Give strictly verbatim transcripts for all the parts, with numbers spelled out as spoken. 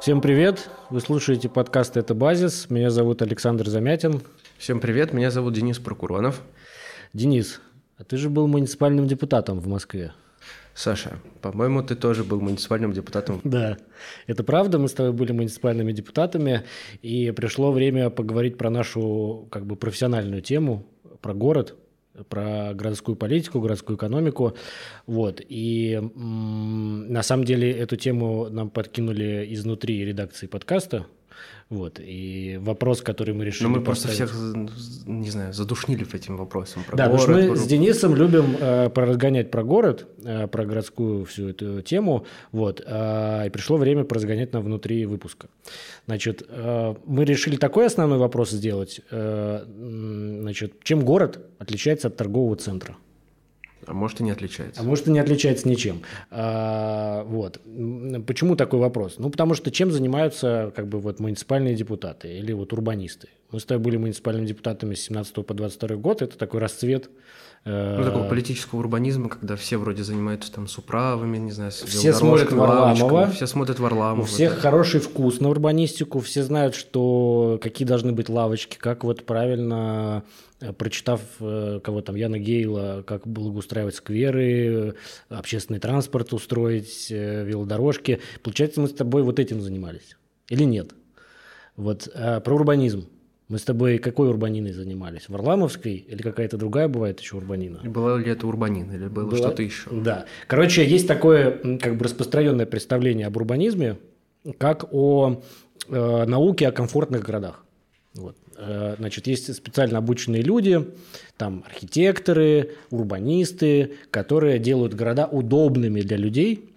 Всем привет! Вы слушаете подкаст «Это базис». Меня зовут Александр Замятин. Всем привет! Меня зовут Денис Прокуронов. Денис, а ты же был муниципальным депутатом в Москве. Саша, по-моему, ты тоже был муниципальным депутатом. Да, это правда. Мы с тобой были муниципальными депутатами, и пришло время поговорить про нашу как бы профессиональную тему, про город, про городскую политику, городскую экономику. Вот. И м- на самом деле эту тему нам подкинули изнутри редакции подкаста. Вот. И вопрос, который мы решили Но мы поставить... просто всех, не знаю, задушнили этим вопросом. Про да, город, потому что мы про... с Денисом любим э, поразгонять про город, э, про городскую всю эту тему. Вот. Э, и пришло время поразгонять нам внутри выпуска. Значит, э, мы решили такой основной вопрос сделать. Э, значит, чем город отличается от торгового центра? А может и не отличается. А может и не отличается ничем. А, вот. Почему такой вопрос? Ну, потому что чем занимаются как бы, вот, муниципальные депутаты или вот, урбанисты? Мы с тобой были муниципальными депутатами с семнадцатого по двадцать второй год. Это такой расцвет. Ну, такого политического урбанизма, когда все вроде занимаются там с управами, не знаю, с все смотрят Варламова. Все смотрят Варламова. У всех да. хороший вкус на урбанистику. Все знают, что какие должны быть лавочки, как вот правильно... Прочитав кого там, Яна Гейла, как благоустраивать скверы, общественный транспорт устроить, велодорожки. Получается, мы с тобой вот этим занимались. Или нет? Вот а про урбанизм. Мы с тобой какой урбаниной занимались? Варламовской или какая-то другая бывает еще урбанина? И была ли это урбанина или было, было что-то еще? Да. Короче, есть такое как бы распространенное представление об урбанизме, как о э, науке о комфортных городах. Вот. Значит, есть специально обученные люди, там архитекторы, урбанисты, которые делают города удобными для людей,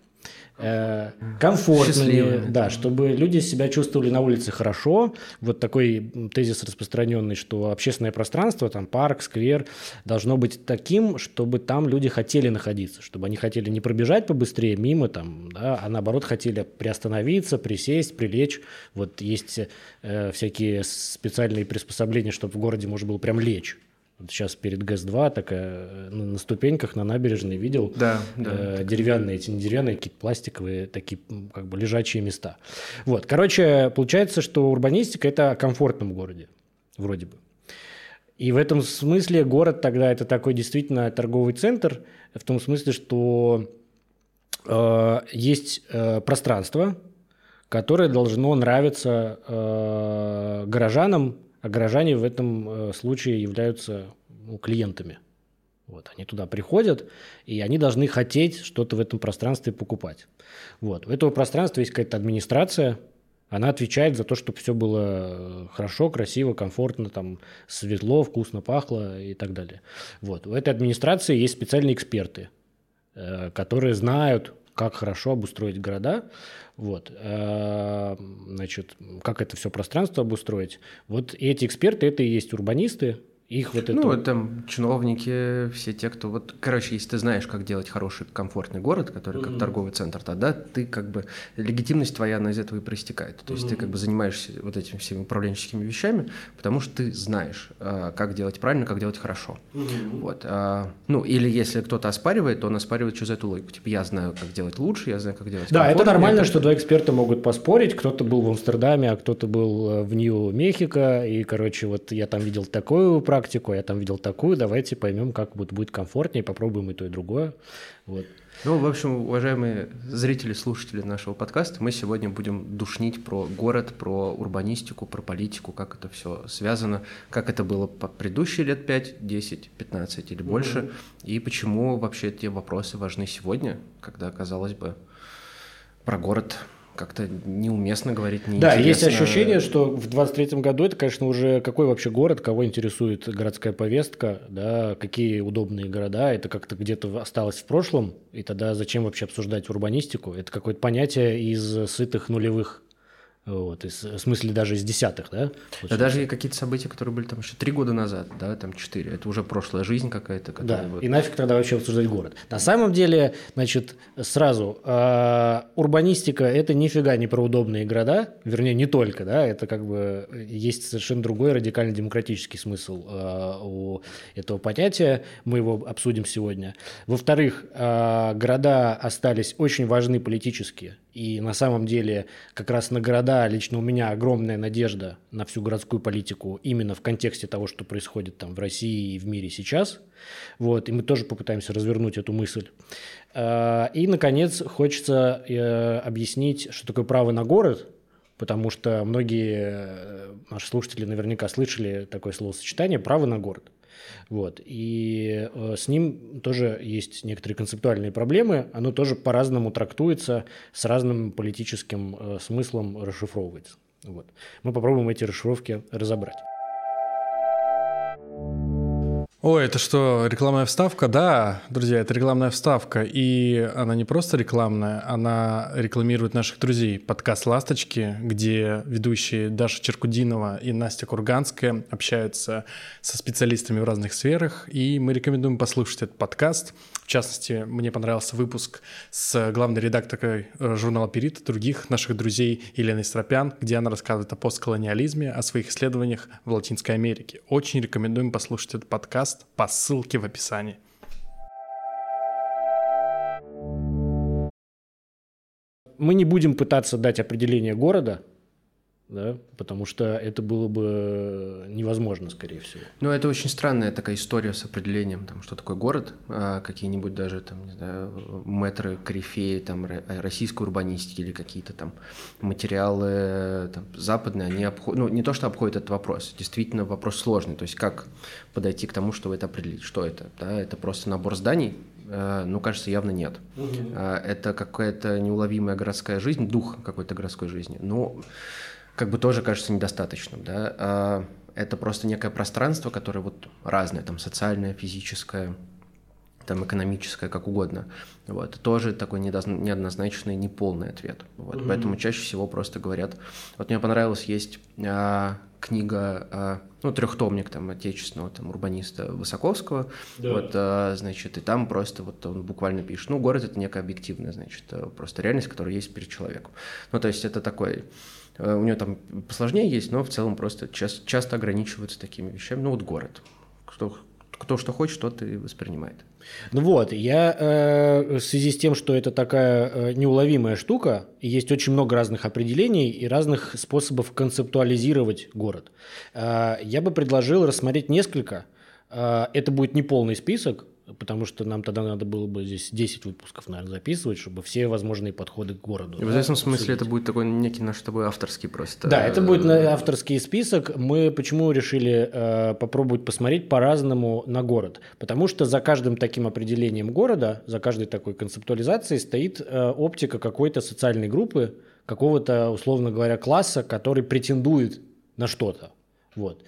комфортными, да, чтобы люди себя чувствовали на улице хорошо. Вот такой тезис распространенный, что общественное пространство, там парк, сквер, должно быть таким, чтобы там люди хотели находиться, чтобы они хотели не пробежать побыстрее мимо, там, да, а наоборот хотели приостановиться, присесть, прилечь. Вот есть э, всякие специальные приспособления, чтобы в городе можно было прям лечь. Вот сейчас перед ГЭС-два такая на ступеньках на набережной видел да, да, э, деревянные, эти не деревянные, какие-то пластиковые, такие как бы лежачие места. Вот, короче, получается, что урбанистика – это о комфортном городе, вроде бы. И в этом смысле город тогда – это такой действительно торговый центр, в том смысле, что э, есть э, пространство, которое должно нравиться э, горожанам, а горожане в этом случае являются ну, клиентами. Вот, они туда приходят, и они должны хотеть что-то в этом пространстве покупать. Вот. У этого пространства есть какая-то администрация, она отвечает за то, чтобы все было хорошо, красиво, комфортно, там, светло, вкусно пахло и так далее. Вот. У этой администрации есть специальные эксперты, которые знают, как хорошо обустроить города, вот, значит, как это все пространство обустроить. Вот эти эксперты, это и есть урбанисты. Их вот ну, это... там чиновники, все те, кто... Вот, короче, если ты знаешь, как делать хороший, комфортный город, который как mm-hmm. торговый центр, тогда ты как бы... Легитимность твоя, она из этого и проистекает. То есть mm-hmm. ты как бы занимаешься вот этими всеми управленческими вещами, потому что ты знаешь, как делать правильно, как делать хорошо. Mm-hmm. Вот. Ну, или если кто-то оспаривает, то он оспаривает через эту логику. Типа, я знаю, как делать лучше, я знаю, как делать Да, это нормально, это... что два эксперта могут поспорить. Кто-то был в Амстердаме, а кто-то был в Нью-Мехико. И, короче, вот я там видел такую практику, практику, я там видел такую, давайте поймем, как будет, будет комфортнее, попробуем и то, и другое. Вот. Ну, в общем, уважаемые зрители, слушатели нашего подкаста, мы сегодня будем душнить про город, про урбанистику, про политику, как это все связано, как это было по предыдущие лет пять, десять, пятнадцать или больше, mm-hmm. и почему вообще эти вопросы важны сегодня, когда, казалось бы, про город... как-то неуместно говорить, неинтересно. Да, есть ощущение, что в двадцать третьем году это, конечно, уже какой вообще город, кого интересует городская повестка, да, какие удобные города, это как-то где-то осталось в прошлом, и тогда зачем вообще обсуждать урбанистику? Это какое-то понятие из сытых нулевых Вот, из, в смысле даже из десятых, да? Да даже и какие-то события, которые были там еще три года назад, да, там четыре, это уже прошлая жизнь какая-то. Да, вот... и нафиг тогда вообще обсуждать город. На самом деле, значит, сразу, э, урбанистика – это нифига не про удобные города, вернее, не только, да, это как бы есть совершенно другой радикально-демократический смысл э, у этого понятия, мы его обсудим сегодня. Во-вторых, э, города остались очень важны политически, и на самом деле как раз на города лично у меня огромная надежда на всю городскую политику именно в контексте того, что происходит там в России и в мире сейчас. Вот, и мы тоже попытаемся развернуть эту мысль. И, наконец, хочется объяснить, что такое право на город, потому что многие наши слушатели наверняка слышали такое словосочетание «право на город». Вот. И э, с ним тоже есть некоторые концептуальные проблемы. Оно тоже по-разному трактуется, с разным политическим э, смыслом расшифровывается. Вот. Мы попробуем эти расшифровки разобрать. Ой, это что, рекламная вставка? Да, друзья, это рекламная вставка. И она не просто рекламная, она рекламирует наших друзей. Подкаст «Ласточки», где ведущие Даша Черкудинова и Настя Курганская общаются со специалистами в разных сферах. И мы рекомендуем послушать этот подкаст. В частности, мне понравился выпуск с главной редакторкой журнала «Перит», других наших друзей Еленой Стропян, где она рассказывает о постколониализме, о своих исследованиях в Латинской Америке. Очень рекомендуем послушать этот подкаст по ссылке в описании. Мы не будем пытаться дать определение города, да, потому что это было бы невозможно, скорее всего. Ну, это очень странная такая история с определением, там, что такое город, а какие-нибудь даже там, не знаю, мэтры, корифеи там, российской урбанистики или какие-то там материалы там, западные, они обходят, ну, не то, что обходят этот вопрос, действительно вопрос сложный, то есть как подойти к тому, чтобы это определить, что это, да, это просто набор зданий. Ну, кажется, явно нет. Угу. Это какая-то неуловимая городская жизнь, дух какой-то городской жизни. Ну, как бы тоже кажется недостаточным, да. Это просто некое пространство, которое вот разное, там, социальное, физическое, там, экономическое, как угодно. Вот. Тоже такой неоднозначный, неполный ответ. Вот. Mm-hmm. Поэтому чаще всего просто говорят... Вот мне понравилось, есть а, книга, а, ну, трехтомник там, отечественного там, урбаниста Высоковского, да. Вот, а, значит, и там просто вот он буквально пишет, ну, город – это некая объективная, значит, просто реальность, которая есть перед человеком. Ну, то есть это такой... У него там посложнее есть, но в целом просто часто, часто ограничиваются такими вещами. Ну, вот город. Кто, кто что хочет, тот и воспринимает. Ну вот, я э, в связи с тем, что это такая э, неуловимая штука, и есть очень много разных определений и разных способов концептуализировать город, э, я бы предложил рассмотреть несколько. Э, это будет не полный список, потому что нам тогда надо было бы здесь десять выпусков, наверное, записывать, чтобы все возможные подходы к городу. И в этом смысле обсудить. Это будет такой некий наш с тобой авторский просто... Да, это будет авторский список. Мы почему решили э, попробовать посмотреть по-разному на город? Потому что за каждым таким определением города, за каждой такой концептуализацией стоит э, оптика какой-то социальной группы, какого-то, условно говоря, класса, который претендует на что-то. Вот.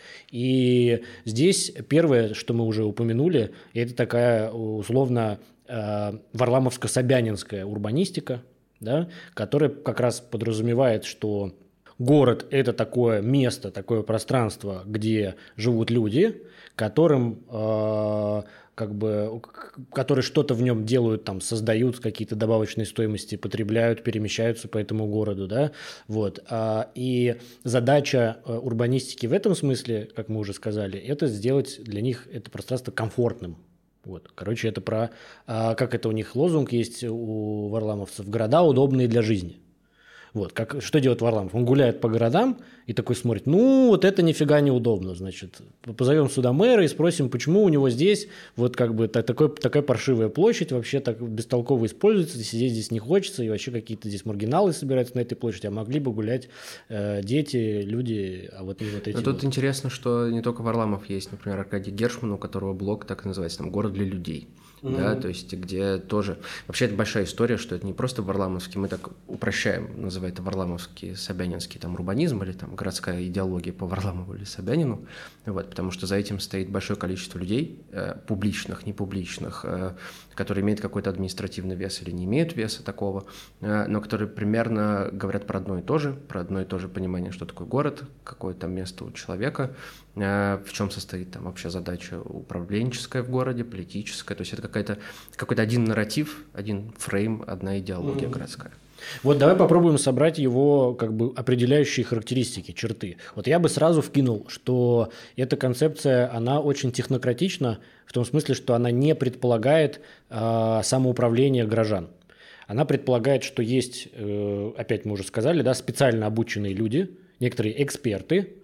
И здесь первое, что мы уже упомянули, это такая условно э, варламовско-собянинская урбанистика, да, которая как раз подразумевает, что город – это такое место, такое пространство, где живут люди, которым э, как бы, которые что-то в нем делают, там, создают какие-то добавочные стоимости, потребляют, перемещаются по этому городу, да, вот. И задача урбанистики в этом смысле, как мы уже сказали, это сделать для них это пространство комфортным. Вот. Короче, это про, как это у них лозунг есть у варламовцев, города удобные для жизни. Вот, как, что делает Варламов? Он гуляет по городам и такой смотрит, ну, вот это нифига неудобно, значит, позовем сюда мэра и спросим, почему у него здесь вот как бы такой, такая паршивая площадь, вообще так бестолково используется, сидеть здесь не хочется, и вообще какие-то здесь маргиналы собираются на этой площади, а могли бы гулять э, дети, люди, а вот не вот эти. Но тут вот. Интересно, что не только Варламов есть, например, Аркадий Гершман, у которого блог так и называется, там, «Город для людей». Mm-hmm. Да, то есть где тоже... Вообще это большая история, что это не просто варламовский, мы так упрощаем, называем это варламовский, собянинский там урбанизм или там городская идеология по Варламову или Собянину, вот, потому что за этим стоит большое количество людей, э, публичных, непубличных, э, которые имеют какой-то административный вес или не имеют веса такого, э, но которые примерно говорят про одно и то же, про одно и то же понимание, что такое город, какое там место у человека, э, в чем состоит там вообще задача управленческая в городе, политическая, то есть это какая-то, какой-то один нарратив, один фрейм, одна идеология mm-hmm. городская. Вот давай попробуем собрать его как бы определяющие характеристики, черты. Вот я бы сразу вкинул, что эта концепция, она очень технократична, в том смысле, что она не предполагает э, самоуправление горожан. Она предполагает, что есть, э, опять мы уже сказали, да, специально обученные люди, некоторые эксперты,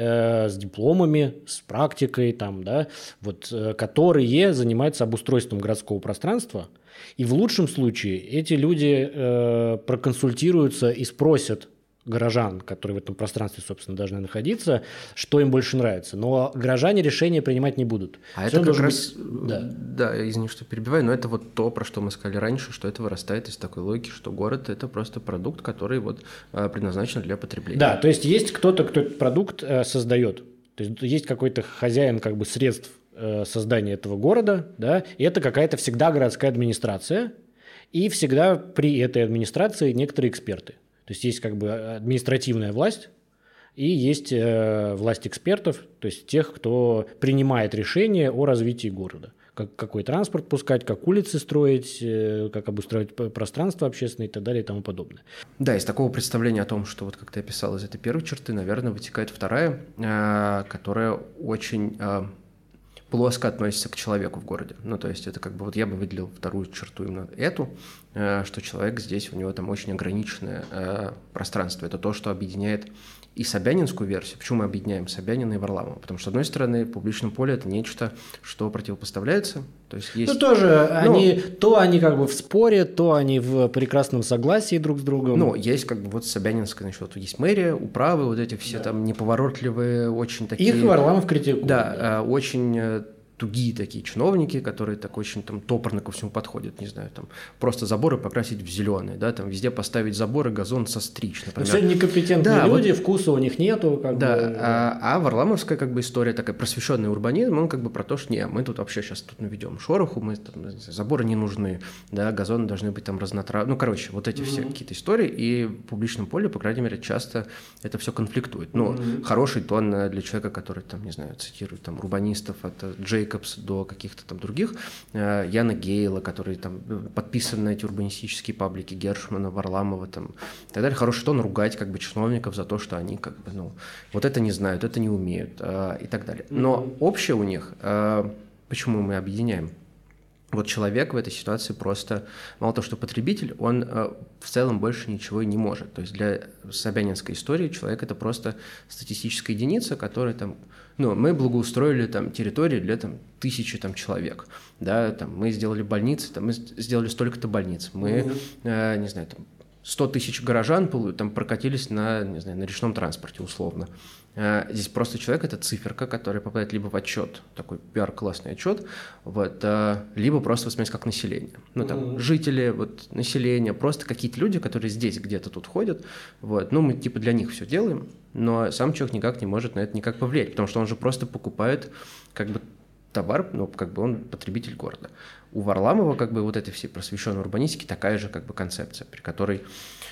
с дипломами, с практикой, там, да, вот, которые занимаются обустройством городского пространства. И в лучшем случае эти люди э, проконсультируются и спросят горожан, которые в этом пространстве, собственно, должны находиться, что им больше нравится. Но горожане решения принимать не будут. А Все это как раз, быть... да. да, извини, что перебиваю, но это вот то, про что мы сказали раньше, что это вырастает из такой логики, что город – это просто продукт, который вот предназначен для потребления. Да, то есть есть кто-то, кто этот продукт э, создает. То есть есть какой-то хозяин как бы средств э, создания этого города, да, и это какая-то всегда городская администрация, и всегда при этой администрации некоторые эксперты. То есть есть как бы административная власть и есть э, власть экспертов, то есть тех, кто принимает решения о развитии города. Как, какой транспорт пускать, как улицы строить, э, как обустраивать пространство общественное и так далее и тому подобное. Да, из такого представления о том, что вот как ты описал из этой первой черты, наверное, вытекает вторая, э, которая очень... Э, плоско относится к человеку в городе. Ну, то есть это как бы вот я бы выделил вторую черту именно эту, э, что человек здесь, у него там очень ограниченное э, пространство. Это то, что объединяет и собянинскую версию. Почему мы объединяем Собянина и Варламова? Потому что, с одной стороны, в публичном поле это нечто, что противопоставляется. То есть есть... Ну, тоже ну, они, то они как бы в споре, то они в прекрасном согласии друг с другом. Ну, есть как бы вот Собянинская, значит, вот есть мэрия, управы, вот эти все да. там неповоротливые, очень такие... Их Варламов критикует. Да, да. очень... тугие такие чиновники, которые так очень там топорно ко всему подходят, не знаю, там просто заборы покрасить в зеленый, да, там везде поставить заборы, газон состричь, например. Все некомпетентные да, люди, вот, вкуса у них нету. Как да, бы, а, а варламовская как бы история такая, просвещенный урбанизм, он как бы про то, что не, мы тут вообще сейчас тут наведем шороху, мы там, не знаю, заборы не нужны, да, газоны должны быть там разнотравные, ну, короче, вот эти mm-hmm. все какие-то истории, и в публичном поле, по крайней мере, часто это все конфликтует. Ну, mm-hmm. хороший тон для человека, который там, не знаю, цитирует там урбанистов от Джейкобс до каких-то там других, Яна Гейла, который там подписан на эти урбанистические паблики Гершмана, Варламова там, и так далее. Хороший тон ругать как бы чиновников за то, что они как бы, ну, вот это не знают, это не умеют э, и так далее. Но общее у них, э, почему мы объединяем? Вот человек в этой ситуации просто, мало того, что потребитель, он э, в целом больше ничего и не может. То есть для собянинской истории человек – это просто статистическая единица, которая там, ну, мы благоустроили там территорию для там тысячи там человек, да, там мы сделали больницы, там мы сделали столько-то больниц, мы, mm-hmm. э, не знаю, там сто тысяч горожан там прокатились на, не знаю, на речном транспорте условно. Здесь просто человек – это циферка, которая попадает либо в отчет, такой пиар-классный отчет, вот, либо просто воспринимается как население. Ну, там, mm-hmm. жители, вот, население, просто какие-то люди, которые здесь где-то тут ходят, вот, ну, мы типа для них все делаем, но сам человек никак не может на это никак повлиять, потому что он же просто покупает как бы товар, ну, как бы он потребитель города. У Варламова как бы вот этой всей просвещенной урбанистики такая же как бы концепция, при которой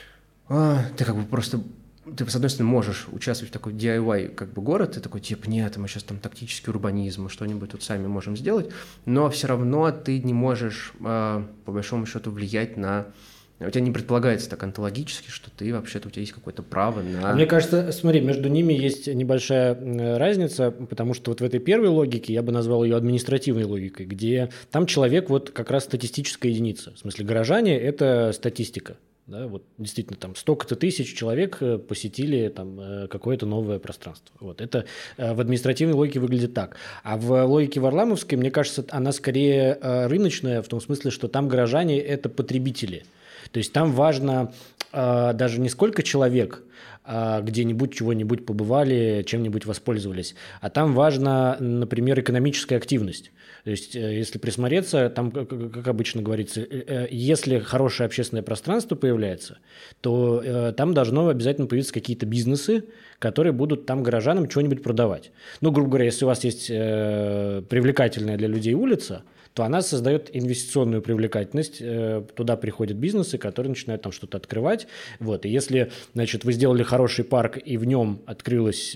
а, ты как бы просто... Ты, с одной стороны, можешь участвовать в такой ди ай вай как бы город, ты такой, типа, нет, мы сейчас там тактический урбанизм, мы что-нибудь тут сами можем сделать, но все равно ты не можешь, э, по большому счету, влиять на... У тебя не предполагается так онтологически, что ты вообще-то, у тебя есть какое-то право на... Мне кажется, смотри, между ними есть небольшая разница, потому что вот в этой первой логике я бы назвал ее административной логикой, где там человек вот как раз статистическая единица. В смысле, горожане – это статистика. Да, вот действительно там столько-то тысяч человек посетили там какое-то новое пространство. Вот это в административной логике выглядит так. А в логике варламовской, мне кажется, она скорее рыночная, в том смысле, что там горожане – это потребители. То есть там важно а, даже не сколько человек а, где-нибудь чего-нибудь побывали, чем-нибудь воспользовались, а там важна, например, экономическая активность. То есть, если присмотреться, там, как обычно говорится, если хорошее общественное пространство появляется, то там должно обязательно появиться какие-то бизнесы, которые будут там горожанам что-нибудь продавать. Ну, грубо говоря, если у вас есть привлекательная для людей улица, то она создает инвестиционную привлекательность. Туда приходят бизнесы, которые начинают там что-то открывать. Вот. И если, значит, вы сделали хороший парк, и в нем открылось,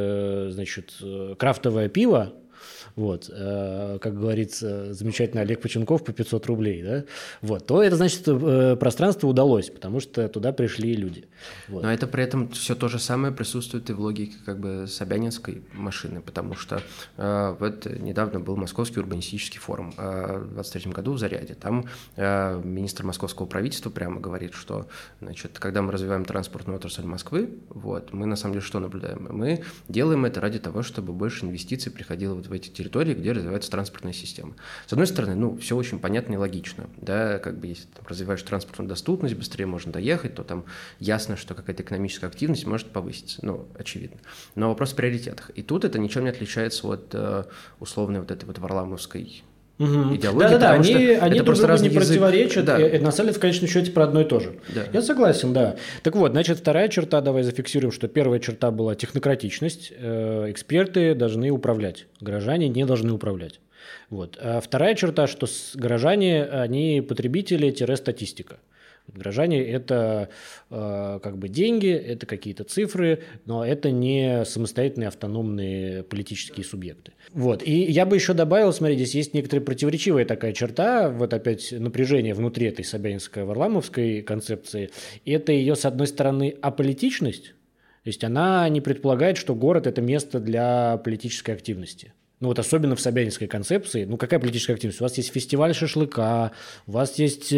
значит, крафтовое пиво, вот, э, как говорится, замечательный Олег Поченков по пятьсот рублей, да, вот, то это значит, э, пространство удалось, потому что туда пришли люди. Вот. Но это при этом все то же самое присутствует и в логике как бы собянинской машины, потому что э, вот недавно был Московский урбанистический форум э, в двадцать третьем году в Заряде. Там э, министр московского правительства прямо говорит, что, значит, когда мы развиваем транспортную отрасль Москвы, вот, мы на самом деле что наблюдаем? Мы делаем это ради того, чтобы больше инвестиций приходило вот в эти территории, где развивается транспортная система. С одной стороны, ну, все очень понятно и логично, да, как бы если там развиваешь транспортную доступность, быстрее можно доехать, то там ясно, что какая-то экономическая активность может повыситься, ну, очевидно. Но вопрос в приоритетах. И тут это ничем не отличается от условной вот этой вот варламовской Угу. идеологии. Да-да-да, они, они это друг другу не язык. противоречат, Да. и, и на самом деле в конечном счете про одно и то же. Да. Я согласен, да. Так вот, значит, вторая черта, давай зафиксируем, что первая черта была технократичность. Э, эксперты должны управлять, горожане не должны управлять. Вот. А вторая черта, что горожане, они потребители-статистика. Горожане – это э, как бы деньги, это какие-то цифры, но это не самостоятельные автономные политические субъекты. Вот. И я бы еще добавил, смотри, здесь есть некоторая противоречивая такая черта, вот опять напряжение внутри этой собянинско-варламовской концепции. Это ее, с одной стороны, аполитичность, то есть она не предполагает, что город – это место для политической активности. Ну вот особенно в собянинской концепции, ну какая политическая активность? У вас есть фестиваль шашлыка, у вас есть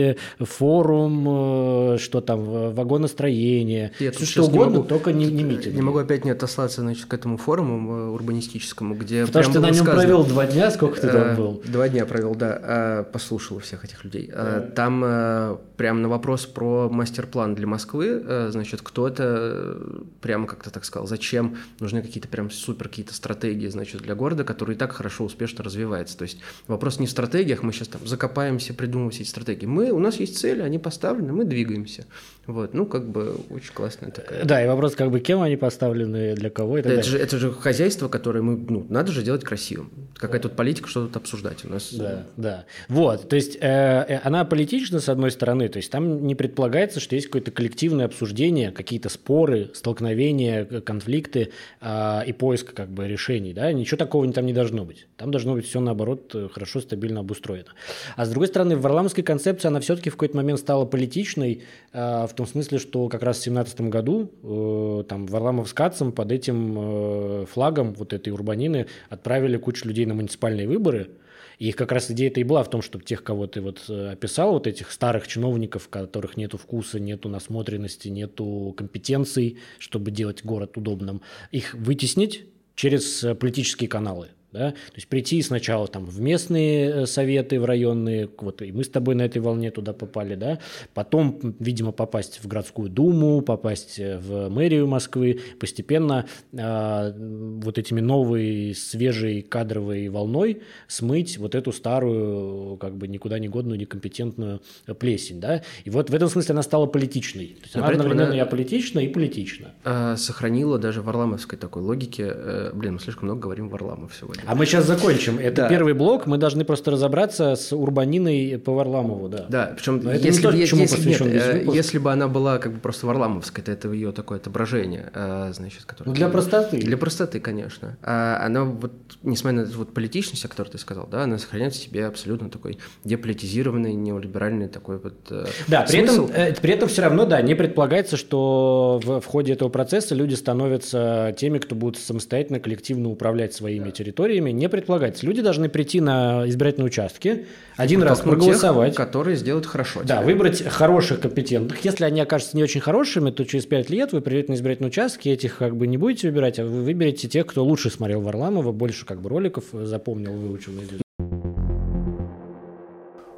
форум, что там, вагоностроение, все что угодно, могу, только не, не митинги. Не могу опять не отослаться, значит, к этому форуму урбанистическому, где... Потому что ты на нем сказано, провел два дня, сколько ты там был? Два дня провел, да, послушал всех этих людей. Да. Там прям на вопрос про мастер-план для Москвы, значит, кто-то прямо как-то так сказал, зачем нужны какие-то прям супер какие-то стратегии, значит, для города, которые и так хорошо, успешно развивается. То есть вопрос не в стратегиях, мы сейчас там закопаемся, придумываем все эти стратегии. Мы, у нас есть цели, они поставлены, мы двигаемся. Вот, ну, как бы очень классная такая. Да, и вопрос, как бы, кем они поставлены, для кого и так да, далее. Это же, это же хозяйство, которое мы, ну, надо же делать красивым. Какая тут политика, что тут обсуждать у нас. Да, да. Вот, то есть э, она политична, с одной стороны, то есть там не предполагается, что есть какое-то коллективное обсуждение, какие-то споры, столкновения, конфликты э, и поиск, как бы, решений, да, ничего такого там не должно быть. Там должно быть все, наоборот, хорошо, стабильно обустроено. А с другой стороны, в варламовской концепции она все-таки в какой-то момент стала политичной, э, в том смысле, что как раз в семнадцатом году э, там Варламов с Кацем под этим э, флагом вот этой урбанины отправили кучу людей на муниципальные выборы. И их как раз идея-то и была в том, чтобы тех, кого ты вот описал, вот этих старых чиновников, у которых нету вкуса, нету насмотренности, нету компетенций, чтобы делать город удобным, их вытеснить через политические каналы. Да? То есть прийти сначала там, в местные советы, в районные, вот и мы с тобой на этой волне туда попали, да? Потом, видимо, попасть в городскую думу, попасть в мэрию Москвы, постепенно э, вот этими новой, свежей кадровой волной смыть вот эту старую, как бы никуда не годную, некомпетентную плесень. Да? И вот в этом смысле она стала политичной. То есть она одновременно она... и аполитична, и политична. А, сохранила даже в варламовской такой логике, э, блин, мы слишком много говорим Варламов сегодня. А мы сейчас закончим. Это да. Первый блок. Мы должны просто разобраться с урбаниной по Варламову. Да, да, причем если, то, если, если, нет, если бы она была как бы просто варламовская, то это ее такое отображение, значит, которое... Ну, для простоты. Для простоты, конечно. А она вот, несмотря на вот политичность, о которой ты сказал, да, она сохраняет в себе абсолютно такой деполитизированный, неолиберальный такой вот да, при этом, при этом все равно, да, не предполагается, что в, в ходе этого процесса люди становятся теми, кто будут самостоятельно, коллективно управлять своими да. территориями. Не предполагается. Люди должны прийти на избирательные участки, один раз проголосовать. Тех, которые сделают хорошо. Да, теперь. Выбрать хороших, компетентных. Если они окажутся не очень хорошими, то через пять лет вы придете на избирательные участки, этих как бы не будете выбирать, а вы выберете тех, кто лучше смотрел Варламова, больше как бы роликов запомнил, выучил наизусть.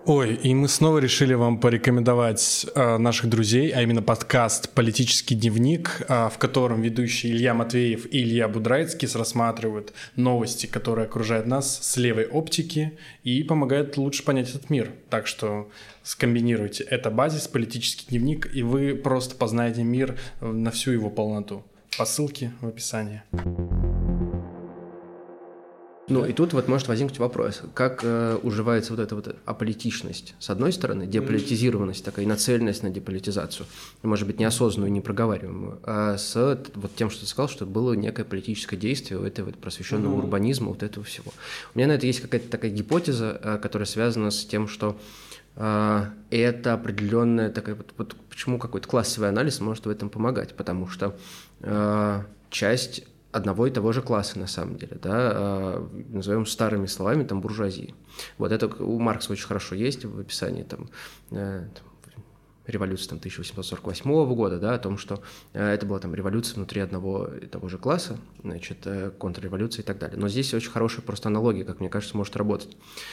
Ой, и мы снова решили вам порекомендовать э, наших друзей, а именно подкаст «Политический дневник», э, в котором ведущие Илья Матвеев и Илья Будрайцкис рассматривают новости, которые окружают нас с левой оптики и помогают лучше понять этот мир. Так что скомбинируйте. Это базис, «Политический дневник», и вы просто познаете мир на всю его полноту. По ссылке в описании. Ну и тут вот может возникнуть вопрос, как э, уживается вот эта вот аполитичность, с одной стороны, деполитизированность, такая нацеленность на деполитизацию, может быть, неосознанную, непроговариваемую, а с вот тем, что ты сказал, что было некое политическое действие у этого вот просвещенного mm-hmm. урбанизма, вот этого всего. У меня на это есть какая-то такая гипотеза, которая связана с тем, что э, это определенная такая вот, вот почему какой-то классовый анализ может в этом помогать, потому что э, часть одного и того же класса, на самом деле, да, назовем старыми словами, там, буржуазии. Вот это у Маркса очень хорошо есть в описании, там, там революции там, тысяча восемьсот сорок восьмого года, да, о том, что это была там революция внутри одного и того же класса, значит, контрреволюция и так далее. Но здесь очень хорошая просто аналогия, как мне кажется, может работать.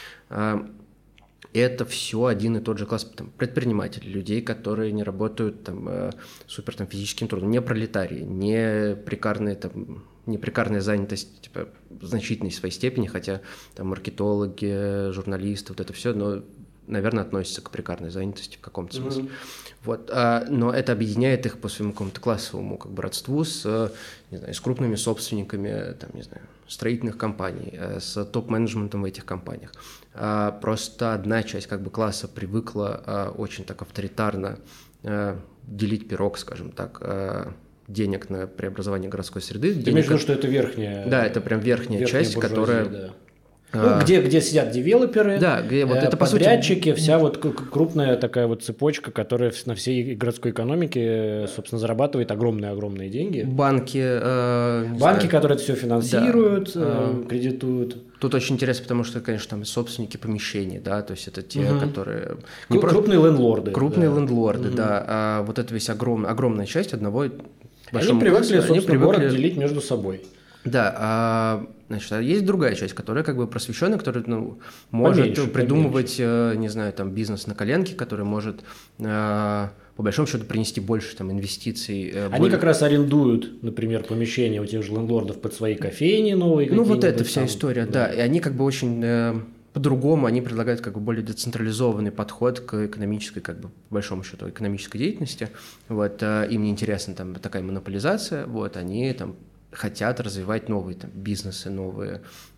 Это все один и тот же класс там, предпринимателей, людей, которые не работают там, э, супер там, физическим трудом, не пролетарии, не прекарная, там, не прекарная занятость типа, в значительной своей степени, хотя там, маркетологи, журналисты, вот это все, но, наверное, относится к прекарной занятости в каком-то смысле. Mm-hmm. Вот, а, но это объединяет их по своему какому-то классовому как бы, родству с, не знаю, с крупными собственниками, там, не знаю, строительных компаний, с топ-менеджментом в этих компаниях. А, просто одна часть как бы, класса привыкла а, очень так авторитарно а, делить пирог, скажем так, а, денег на преобразование городской среды. Ты имеешь в виду, что это верхняя... Да, это прям верхняя, верхняя часть, которая... Да. Ну, где, где сидят девелоперы, да, где, вот это, подрядчики, по сути... вся вот крупная такая вот цепочка, которая на всей городской экономике, собственно, зарабатывает огромные-огромные деньги. Банки. Э, Банки, знаю. которые это все финансируют, да. э, э, кредитуют. Тут очень интересно, потому что, конечно, там собственники помещений, да, то есть это те, угу. которые... Не крупные просто... лендлорды. Крупные да. лендлорды, угу. да. А вот это весь огром... огромная часть одного... Они привыкли, собственно, они привыкли... город делить между собой. Да, а, значит, а есть другая часть, которая как бы просвещенная, которая ну, может поменьше, придумывать, поменьше. не знаю, там бизнес на коленке, который может по большому счету принести больше там инвестиций. Они более... как раз арендуют, например, помещения у тех же лендлордов под свои кофейни новые. Ну вот это вся там, история, да. да, и они как бы очень по-другому, они предлагают как бы более децентрализованный подход к экономической, как бы по большому счету, экономической деятельности. Вот им не интересна там такая монополизация, вот они там хотят развивать новые там, бизнесы, новые,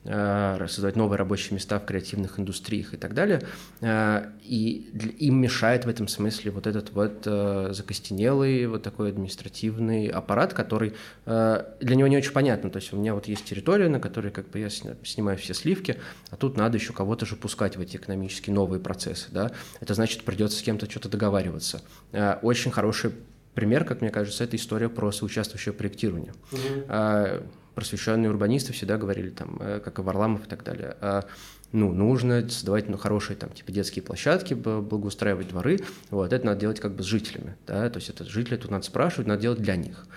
э, создавать новые рабочие места в креативных индустриях и так далее. Э, и для, им мешает в этом смысле вот этот вот э, закостенелый вот такой административный аппарат, который э, для него не очень понятно. То есть у меня вот есть территория, на которой как бы я снимаю все сливки, а тут надо еще кого-то же пускать в эти экономические новые процессы. Да? Это значит, придется с кем-то что-то договариваться. Э, очень хороший пример, как мне кажется, это история про соучаствующее проектирование. Угу. А, просвещенные урбанисты всегда говорили, там, как и Варламов и так далее, а, ну, нужно создавать ну, хорошие там, типа, детские площадки, благоустраивать дворы, вот, это надо делать как бы с жителями, да? То есть это жители тут надо спрашивать, надо делать для них.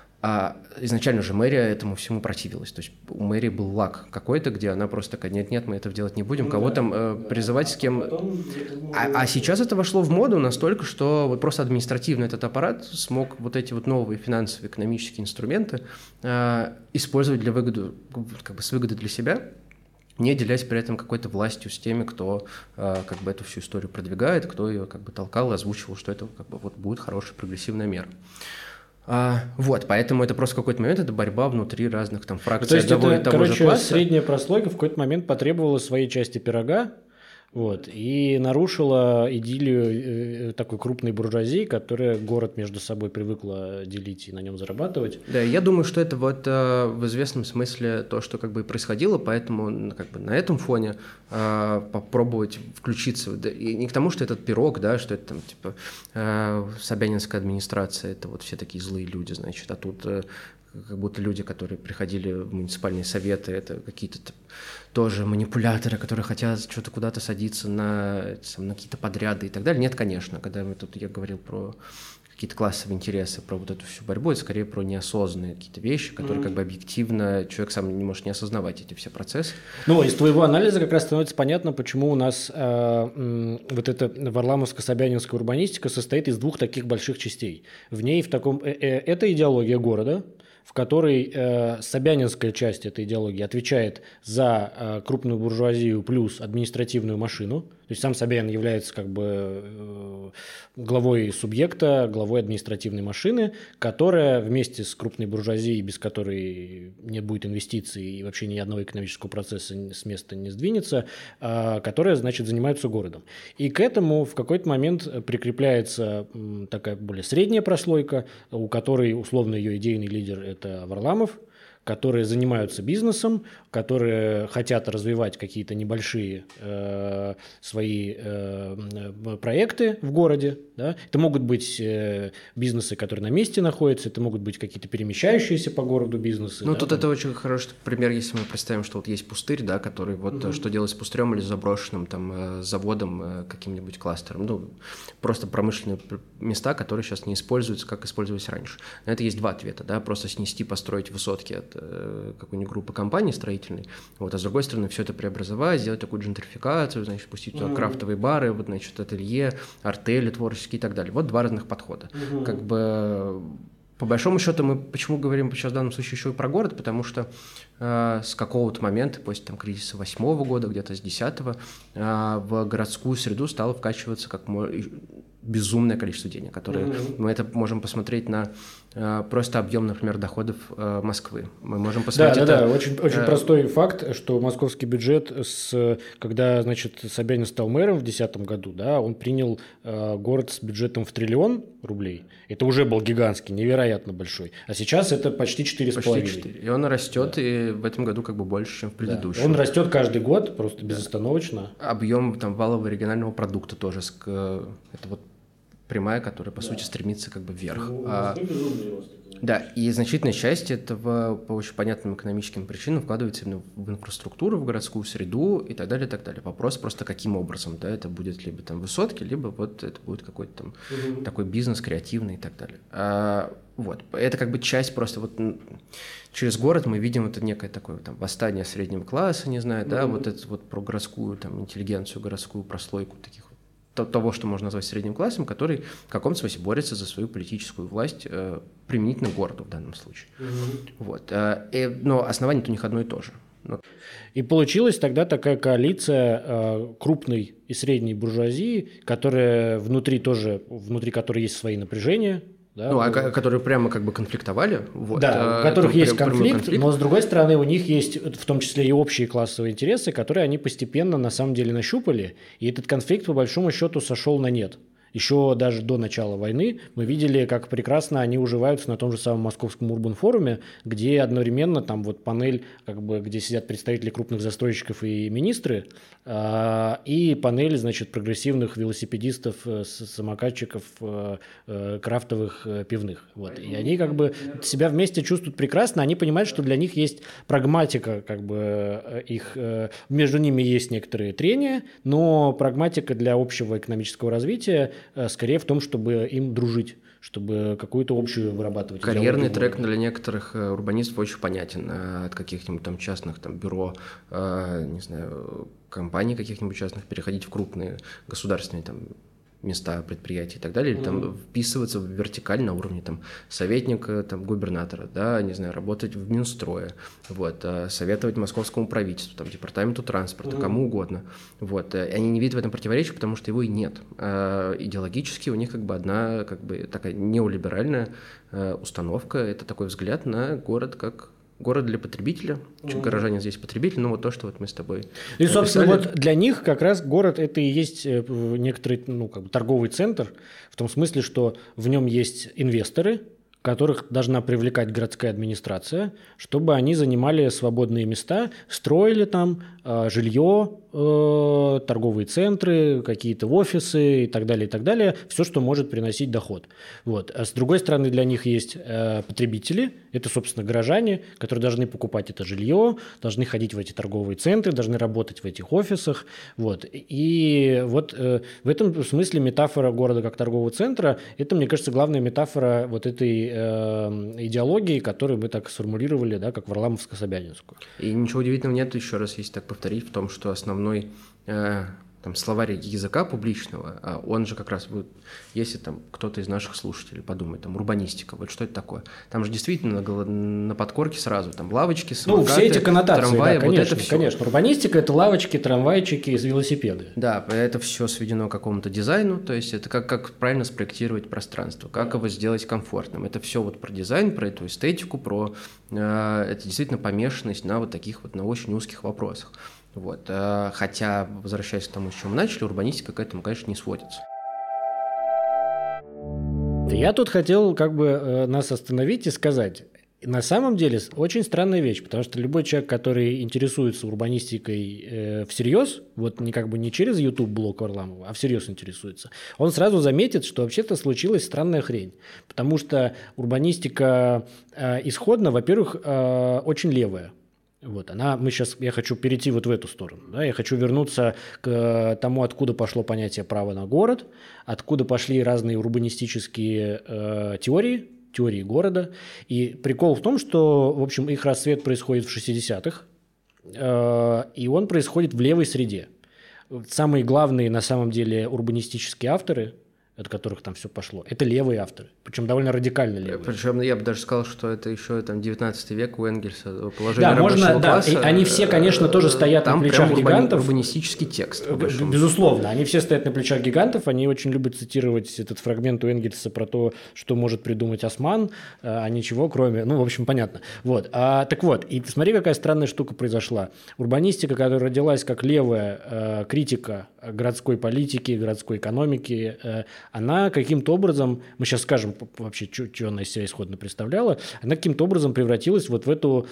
А изначально же мэрия этому всему противилась. То есть у мэрии был лаг какой-то, где она просто такая, нет-нет, мы этого делать не будем, ну, кого да, там э, да. призывать с кем... А, потом... а, а сейчас это вошло в моду настолько, что вот просто административно этот аппарат смог вот эти вот новые финансовые, экономические инструменты э, использовать для выгоды, как бы с выгодой для себя, не делясь при этом какой-то властью с теми, кто э, как бы эту всю историю продвигает, кто ее как бы толкал и озвучивал, что это как бы, вот, будет хорошая прогрессивная мера. А, вот, поэтому это просто в какой-то момент это борьба внутри разных там фракций. То есть одного это, и того короче, же класса. Средняя прослойка в какой-то момент потребовала своей части пирога, вот, и нарушила идиллию такой крупной буржуазии, которая город между собой привыкла делить и на нем зарабатывать. Да, я думаю, что это вот э, в известном смысле то, что как бы и происходило, поэтому как бы на этом фоне э, попробовать включиться. И не к тому, что этот пирог, да, что это там типа э, собянинская администрация, это вот все такие злые люди, значит, а тут э, как будто люди, которые приходили в муниципальные советы, это какие-то тоже манипуляторы, которые хотят что-то куда-то садиться на, на какие-то подряды и так далее. Нет, конечно, когда мы тут, я говорил про какие-то классовые интересы, про вот эту всю борьбу, это скорее про неосознанные какие-то вещи, которые mm-hmm. как бы объективно человек сам не может не осознавать эти все процессы. Ну, из твоего анализа как раз становится понятно, почему у нас э, м, вот эта варламовско-собянинская урбанистика состоит из двух таких больших частей. В ней в таком... Э, э, это идеология города, в которой э, собянинская часть этой идеологии отвечает за э, крупную буржуазию плюс административную машину. То есть сам Собянин является как бы э, главой субъекта, главой административной машины, которая вместе с крупной буржуазией, без которой не будет инвестиций и вообще ни одного экономического процесса с места не сдвинется, э, которая, значит, занимается городом. И к этому в какой-то момент прикрепляется э, такая более средняя прослойка, у которой условно ее идейный лидер – это Варламов, которые занимаются бизнесом, которые хотят развивать какие-то небольшие э, свои э, проекты в городе. Да? Это могут быть э, бизнесы, которые на месте находятся, это могут быть какие-то перемещающиеся по городу бизнесы. Ну, да, тут там. Это очень хороший пример, если мы представим, что вот есть пустырь, да, который вот угу. что делать с пустырем или с заброшенным там заводом, каким-нибудь кластером. Ну, просто промышленные места, которые сейчас не используются, как использовались раньше. На это есть два ответа, да, просто снести, построить высотки от какой-нибудь группы компаний строительной, вот, а с другой стороны все это преобразовать, сделать такую джентрификацию, значит, пустить туда mm-hmm. крафтовые бары, вот, значит, ателье, артели творческие и так далее. Вот два разных подхода. Mm-hmm. Как бы, по большому счету, мы почему говорим сейчас в данном случае еще и про город, потому что э, с какого-то момента, после там, кризиса восьмого года, где-то с десятого, э, в городскую среду стало вкачиваться как мо- безумное количество денег, которые mm-hmm. мы это можем посмотреть на э, просто объем, например, доходов э, Москвы. Мы можем посмотреть. Да, это, да, да. Очень, очень э, простой факт, что московский бюджет, с, когда, значит, Собянин стал мэром в две тысячи десятом году, да, он принял э, город с бюджетом в триллион рублей. Это уже был гигантский, невероятно большой. А сейчас это почти четыре с половиной. Почти четыре. И он растет, да. И в этом году как бы больше, чем в предыдущем. Да. Он растет каждый год, просто безостановочно. Объем там валового регионального продукта тоже. Это вот прямая, которая, по да. сути, стремится как бы вверх. Ну, а, да, и значительная часть этого по очень понятным экономическим причинам вкладывается именно в инфраструктуру, в городскую среду и так далее, и так далее. Вопрос просто, каким образом, да, это будет либо там высотки, либо вот это будет какой-то там угу. такой бизнес креативный и так далее. А, вот, это как бы часть просто вот через город мы видим это некое такое там восстание среднего класса, не знаю, угу. да, вот это вот про городскую там интеллигенцию, городскую прослойку таких того, что можно назвать средним классом, который в каком-то смысле борется за свою политическую власть э, применительно к городу в данном случае. Mm-hmm. Вот. Э, и, но основание-то у них одно и то же. Но... И получилась тогда такая коалиция э, крупной и средней буржуазии, которая внутри тоже, внутри которой есть свои напряжения. Да, ну, а ну, которые прямо как бы конфликтовали. Вот, да, у которых есть конфликт, конфликт, но с другой стороны у них есть в том числе и общие классовые интересы, которые они постепенно на самом деле нащупали, и этот конфликт по большому счету сошел на нет. Еще даже до начала войны мы видели, как прекрасно они уживаются на том же самом Московском урбан-форуме, где одновременно там вот панель, как бы, где сидят представители крупных застройщиков и министры, э, и панель, значит, прогрессивных велосипедистов, э, самокатчиков, э, э, крафтовых э, пивных. Вот. И они как бы себя вместе чувствуют прекрасно, они понимают, что для них есть прагматика, как бы э, их, э, между ними есть некоторые трения, но прагматика для общего экономического развития скорее в том, чтобы им дружить, чтобы какую-то общую вырабатывать. Карьерный трек для некоторых урбанистов очень понятен. От каких-нибудь там частных там, бюро, не знаю, компаний каких-нибудь частных переходить в крупные государственные там, места, предприятия и так далее, или там mm-hmm. вписываться в вертикаль на уровне там советника, там губернатора, да, не знаю, работать в Минстрое, вот, советовать московскому правительству, там, департаменту транспорта, mm-hmm. кому угодно, вот, и они не видят в этом противоречия, потому что его и нет. Идеологически у них как бы одна, как бы такая неолиберальная установка, это такой взгляд на город как город для потребителя. Mm-hmm. Горожанин здесь потребитель, ну вот то, что вот мы с тобой И, написали. Собственно, вот для них как раз город – это и есть некоторый, ну, как бы торговый центр, в том смысле, что в нем есть инвесторы, которых должна привлекать городская администрация, чтобы они занимали свободные места, строили там э, жилье, э, торговые центры, какие-то офисы и так далее, и так далее. Все, что может приносить доход. Вот. А с другой стороны, для них есть э, потребители, это, собственно, горожане, которые должны покупать это жилье, должны ходить в эти торговые центры, должны работать в этих офисах. Вот. И вот э, в этом смысле метафора города как торгового центра, это, мне кажется, главная метафора вот этой э, идеологии, которую мы так сформулировали, да, как Варламовско-Собянинскую. И ничего удивительного нет, еще раз, если так повторить, в том, что основной э, там, словарь языка публичного, а он же как раз будет, если там кто-то из наших слушателей подумает, там, урбанистика, вот что это такое? Там же действительно на, на подкорке сразу там лавочки, самокаты, ну, все эти коннотации, трамваи, да, конечно, вот это все. Конечно, урбанистика – это лавочки, трамвайчики, велосипеды. Да, это все сведено к какому-то дизайну, то есть это как, как правильно спроектировать пространство, как его сделать комфортным. Это все вот про дизайн, про эту эстетику, про э, это действительно помешанность на вот таких вот, на очень узких вопросах. Вот. Хотя, возвращаясь к тому, с чего мы начали, урбанистика к этому, конечно, не сводится. Я тут хотел как бы нас остановить и сказать, на самом деле очень странная вещь, потому что любой человек, который интересуется урбанистикой э, всерьез, вот не как бы не через YouTube-блог Варламова, а всерьез интересуется, он сразу заметит, что вообще-то случилась странная хрень, потому что урбанистика э, исходно, во-первых, э, очень левая. Вот, она, мы сейчас, я хочу перейти вот в эту сторону. Да, я хочу вернуться к тому, откуда пошло понятие права на город, откуда пошли разные урбанистические э, теории, теории города. И прикол в том, что, в общем, их расцвет происходит в шестидесятых, э, и он происходит в левой среде. Самые главные, на самом деле, урбанистические авторы, от которых там все пошло, это левые авторы, причем довольно радикально левые. Причем я бы даже сказал, что это еще там девятнадцатый век у Энгельса, положение да, рабочего можно, класса. Да, они все, конечно, тоже стоят там на плечах прям гигантов. урбанистический текст. Безусловно, они все стоят на плечах гигантов, они очень любят цитировать этот фрагмент у Энгельса про то, что может придумать Осман, а ничего, кроме, ну, в общем, понятно. Вот. А, так вот, и смотри, какая странная штука произошла. Урбанистика, которая родилась как левая э, критика городской политики, городской экономики, э, она каким-то образом, мы сейчас скажем вообще, что она из себя исходно представляла, она каким-то образом превратилась вот в эту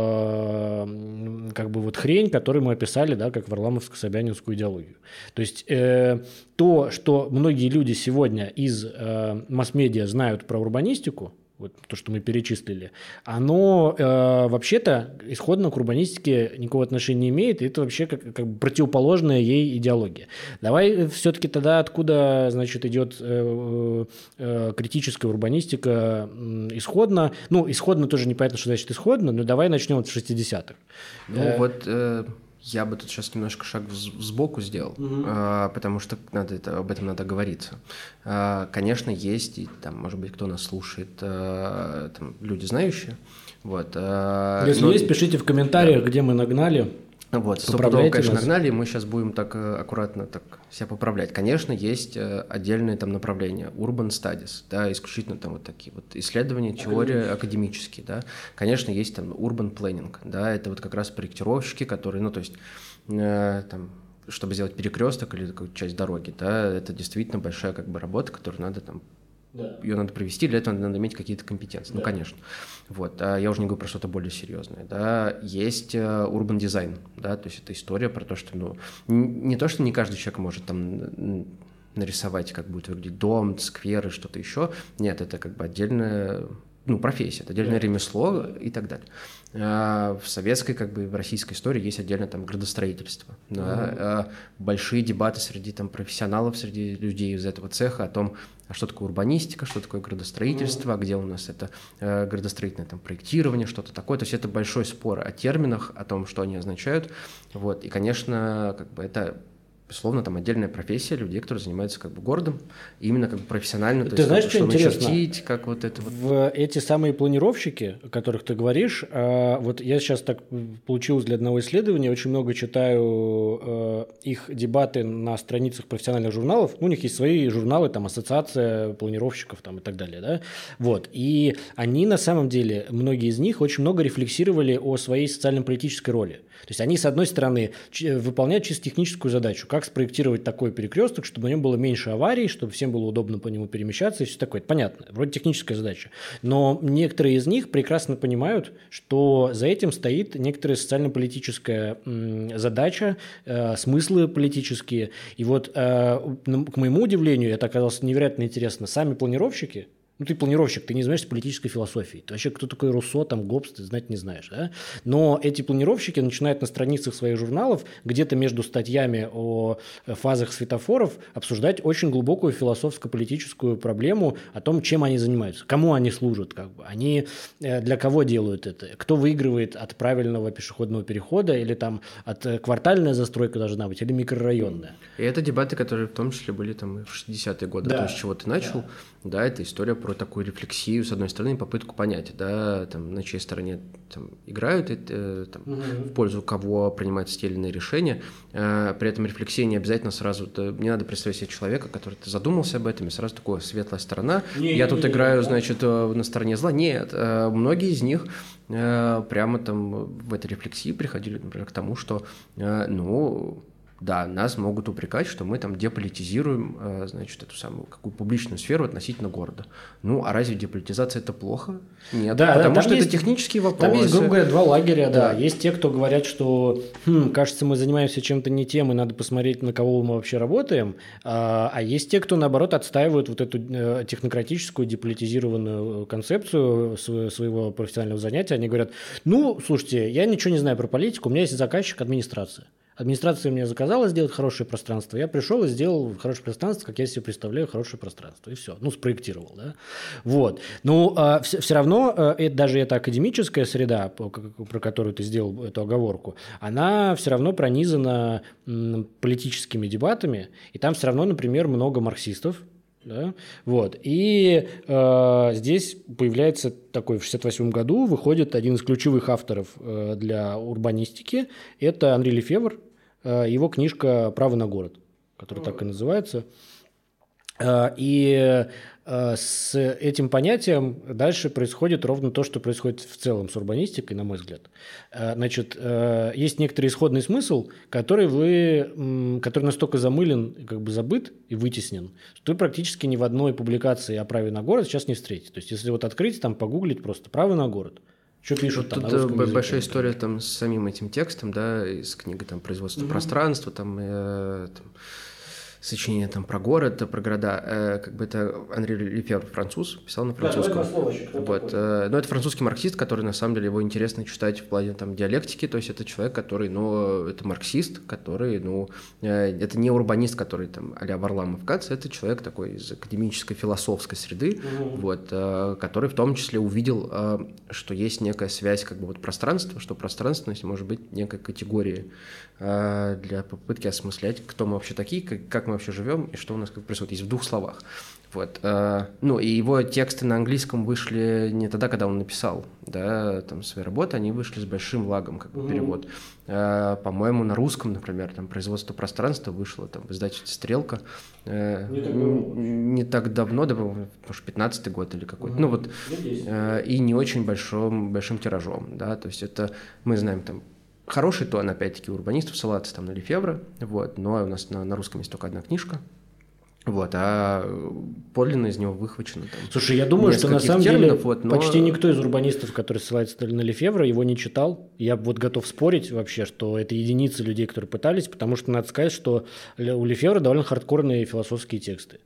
э, как бы вот хрень, которую мы описали, да, как варламовско-собянинскую идеологию. То есть э, то, что многие люди сегодня из э, масс-медиа знают про урбанистику, вот то, что мы перечислили, оно э, вообще-то исходно к урбанистике никакого отношения не имеет, и это вообще как, как бы противоположная ей идеология. Давай все-таки тогда откуда, значит, идет э, э, критическая урбанистика э, исходно. Ну, исходно тоже непонятно, что значит исходно, но давай начнем вот с шестидесятых. Ну э, вот... Э... Я бы тут сейчас немножко шаг сбоку сделал, угу. а, потому что надо это, об этом надо говориться. А, конечно, есть, и там, может быть, кто нас слушает, а, там, люди знающие. Вот, а, Если но... есть, пишите в комментариях, да. где мы нагнали. Вот, стопудово, конечно, нас. нагнали, и мы сейчас будем так аккуратно так себя поправлять. Конечно, есть отдельные там направления, urban studies, да, исключительно там вот такие вот исследования, теории академические, да. Конечно, есть там urban planning, да, это вот как раз проектировщики, которые, ну, то есть, э, там, чтобы сделать перекресток или какую-то часть дороги, да, это действительно большая как бы работа, которую надо там Да. Ее надо провести, для этого надо иметь какие-то компетенции. Да. Ну, конечно. Вот. А я уже не говорю про что-то более серьезное. Да. Есть urban дизайн, да, то есть это история про то, что, ну, не то, что не каждый человек может там нарисовать, как будет выглядеть дом, сквер и что-то еще. Нет, это как бы отдельная, ну, профессия, это отдельное да. ремесло и так далее. В советской, как бы в российской истории есть отдельно там градостроительство. Mm-hmm. Да, большие дебаты среди там профессионалов, среди людей из этого цеха о том, а что такое урбанистика, что такое градостроительство, mm-hmm. где у нас это э, градостроительное там проектирование, что-то такое. То есть это большой спор о терминах, о том, что они означают. Вот. И, конечно, как бы это... Безусловно, там отдельная профессия людей, которые занимаются как бы городом, именно как бы профессионально. Ты то есть, знаешь, как, что интересно? Начертить, как вот это вот. В эти самые планировщики, о которых ты говоришь, вот я сейчас так получилось для одного исследования, очень много читаю их дебаты на страницах профессиональных журналов. У них есть свои журналы, там ассоциация планировщиков там, и так далее. Да? Вот. И они на самом деле, многие из них очень много рефлексировали о своей социально-политической роли. То есть они, с одной стороны, выполняют чисто техническую задачу, как как спроектировать такой перекресток, чтобы на нем было меньше аварий, чтобы всем было удобно по нему перемещаться и все такое. Это понятно, вроде техническая задача. Но некоторые из них прекрасно понимают, что за этим стоит некоторая социально-политическая м, задача, э, смыслы политические. И вот, э, к моему удивлению, это оказалось невероятно интересно. Сами планировщики, ну, ты планировщик, ты не знаешь политической философии. Ты вообще, кто такой Руссо, там, Гоббс, ты знать не знаешь. Да? Но эти планировщики начинают на страницах своих журналов где-то между статьями о фазах светофоров обсуждать очень глубокую философско-политическую проблему о том, чем они занимаются, кому они служат, как бы. Они для кого делают это, кто выигрывает от правильного пешеходного перехода или там от квартальная застройка должна быть или микрорайонная. И это дебаты, которые в том числе были там в шестидесятые годы, Да. то, с чего ты начал. Да. Да, это история про такую рефлексию, с одной стороны, попытку понять, да, там, на чьей стороне там, играют, это, там, угу. в пользу кого принимаются те или иные решения. А, при этом рефлексия не обязательно сразу, да, не надо представить себе человека, который ты задумался об этом, и сразу такая светлая сторона. Не, Я не, тут не, играю, не, значит, на стороне зла. Нет, многие из них прямо там в этой рефлексии приходили, например, к тому, что, ну... Да, нас могут упрекать, что мы там деполитизируем, значит, эту самую какую публичную сферу относительно города. Ну, а разве деполитизация это плохо? Нет, да, потому да, что есть, это технические вопросы. Там есть, грубо говоря, два лагеря, да. да. Есть те, кто говорят, что, хм, кажется, мы занимаемся чем-то не тем, и надо посмотреть, на кого мы вообще работаем. А, а есть те, кто, наоборот, отстаивают вот эту э, технократическую, деполитизированную концепцию своего профессионального занятия. Они говорят, ну, слушайте, я ничего не знаю про политику, у меня есть заказчик, администрация. Администрация мне заказала сделать хорошее пространство, я пришел и сделал хорошее пространство, как я себе представляю хорошее пространство, и все, ну, спроектировал, да, вот. Ну, э, все, все равно, э, даже эта академическая среда, по, про которую ты сделал эту оговорку, она все равно пронизана м, политическими дебатами, и там все равно, например, много марксистов. Да? Вот. И э, здесь появляется такой, в шестьдесят восьмом году выходит один из ключевых авторов э, для урбанистики, это Анри Лефевр, э, его книжка «Право на город», которая так и называется. Э, и э, с этим понятием дальше происходит ровно то, что происходит в целом с урбанистикой, на мой взгляд. Э, значит, э, есть некоторый исходный смысл, который, вы, который настолько замылен, как бы забыт и вытеснен, что вы практически ни в одной публикации о праве на город сейчас не встретите. То есть, если вот открыть, там погуглить просто «право на город», что пишут вот там? Тут языке, большая история там с самим этим текстом, да, из книги там «Производство mm-hmm. пространства», там, э, там сочинение там про город, про города, э, как бы это Анри Лефевр, француз, писал на французском. Да, вот, э, но это французский марксист, который на самом деле его интересно читать в плане там диалектики, то есть это человек, который, ну, это марксист, который, ну, э, это не урбанист, который там а-ля Варламов Кац, это человек такой из академической философской среды, mm-hmm. вот, э, который в том числе увидел, э, что есть некая связь как бы вот пространства, что пространственность может быть некой категорией э, для попытки осмыслять, кто мы вообще такие, как, как мы вообще живем и что у нас как происходит, есть в двух словах. Вот. Ну, и его тексты на английском вышли не тогда, когда он написал, да, там, свои работы, они вышли с большим лагом, как бы, перевод. Mm-hmm. По-моему, на русском, например, там, «Производство пространства» вышло там, в издательстве «Стрелка». Не так, не так давно, да, может, пятнадцатый год или какой-то. Mm-hmm. Ну, вот, и не очень большим, большим тиражом, да, то есть это, мы знаем, там, хороший тон, опять-таки, урбанистов, ссылаться там на Лефевра, вот, но у нас на, на русском есть только одна книжка, вот, а подлинно из него выхвачено там. Слушай, я думаю, что на самом терминов, деле вот, но... почти никто из урбанистов, который ссылается на Лефевра, его не читал. Я вот готов спорить вообще, что это единицы людей, которые пытались, потому что надо сказать, что у Лефевра довольно хардкорные философские тексты.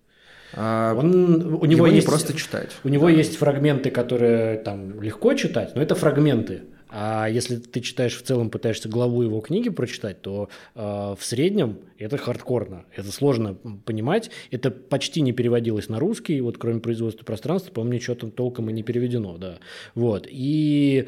А Он, у него есть, не просто читать. У него да. есть фрагменты, которые там легко читать, но это фрагменты. А если ты читаешь в целом, пытаешься главу его книги прочитать, то э, в среднем это хардкорно, это сложно понимать. Это почти не переводилось на русский, вот кроме «Производства пространства», по-моему, ничего там толком и не переведено. Да. Вот. И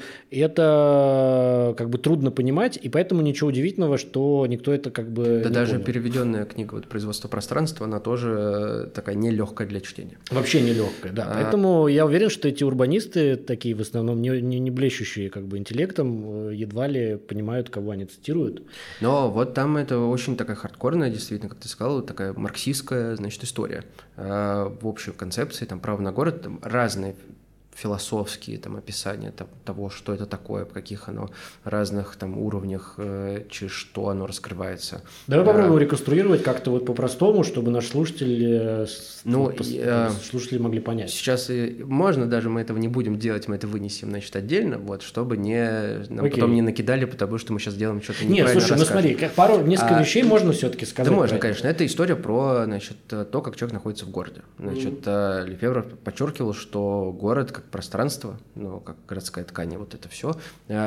это как бы трудно понимать, и поэтому ничего удивительного, что никто это как бы Да не даже понял. Переведенная книга вот, «Производство пространства», она тоже такая нелегкая для чтения. Вообще нелегкая, да. А... Поэтому я уверен, что эти урбанисты, такие в основном не, не, не блещущие как бы интеллектом, едва ли понимают, кого они цитируют. Но вот там это очень такая хардкорная, действительно, как ты сказал, такая марксистская, значит, история. В общей концепции, там, право на город, там разные философские там описания там, того, что это такое, в каких оно разных там уровнях, э, через что оно раскрывается. Давай а, попробуем реконструировать как-то вот по-простому, чтобы наш слушатель, ну, пос, э, слушатели могли понять. Сейчас и можно, даже мы этого не будем делать, мы это вынесем, значит, отдельно, вот, чтобы не, нам Окей. потом не накидали, потому что мы сейчас делаем что-то Нет, неправильно. Нет, слушай, ну смотри, как пару, несколько а, вещей можно все-таки сказать. Да можно, конечно. Это история про, значит, то, как человек находится в городе. Значит, mm-hmm. Лефевр подчеркивал, что город как пространство, ну, как городская ткань, вот это все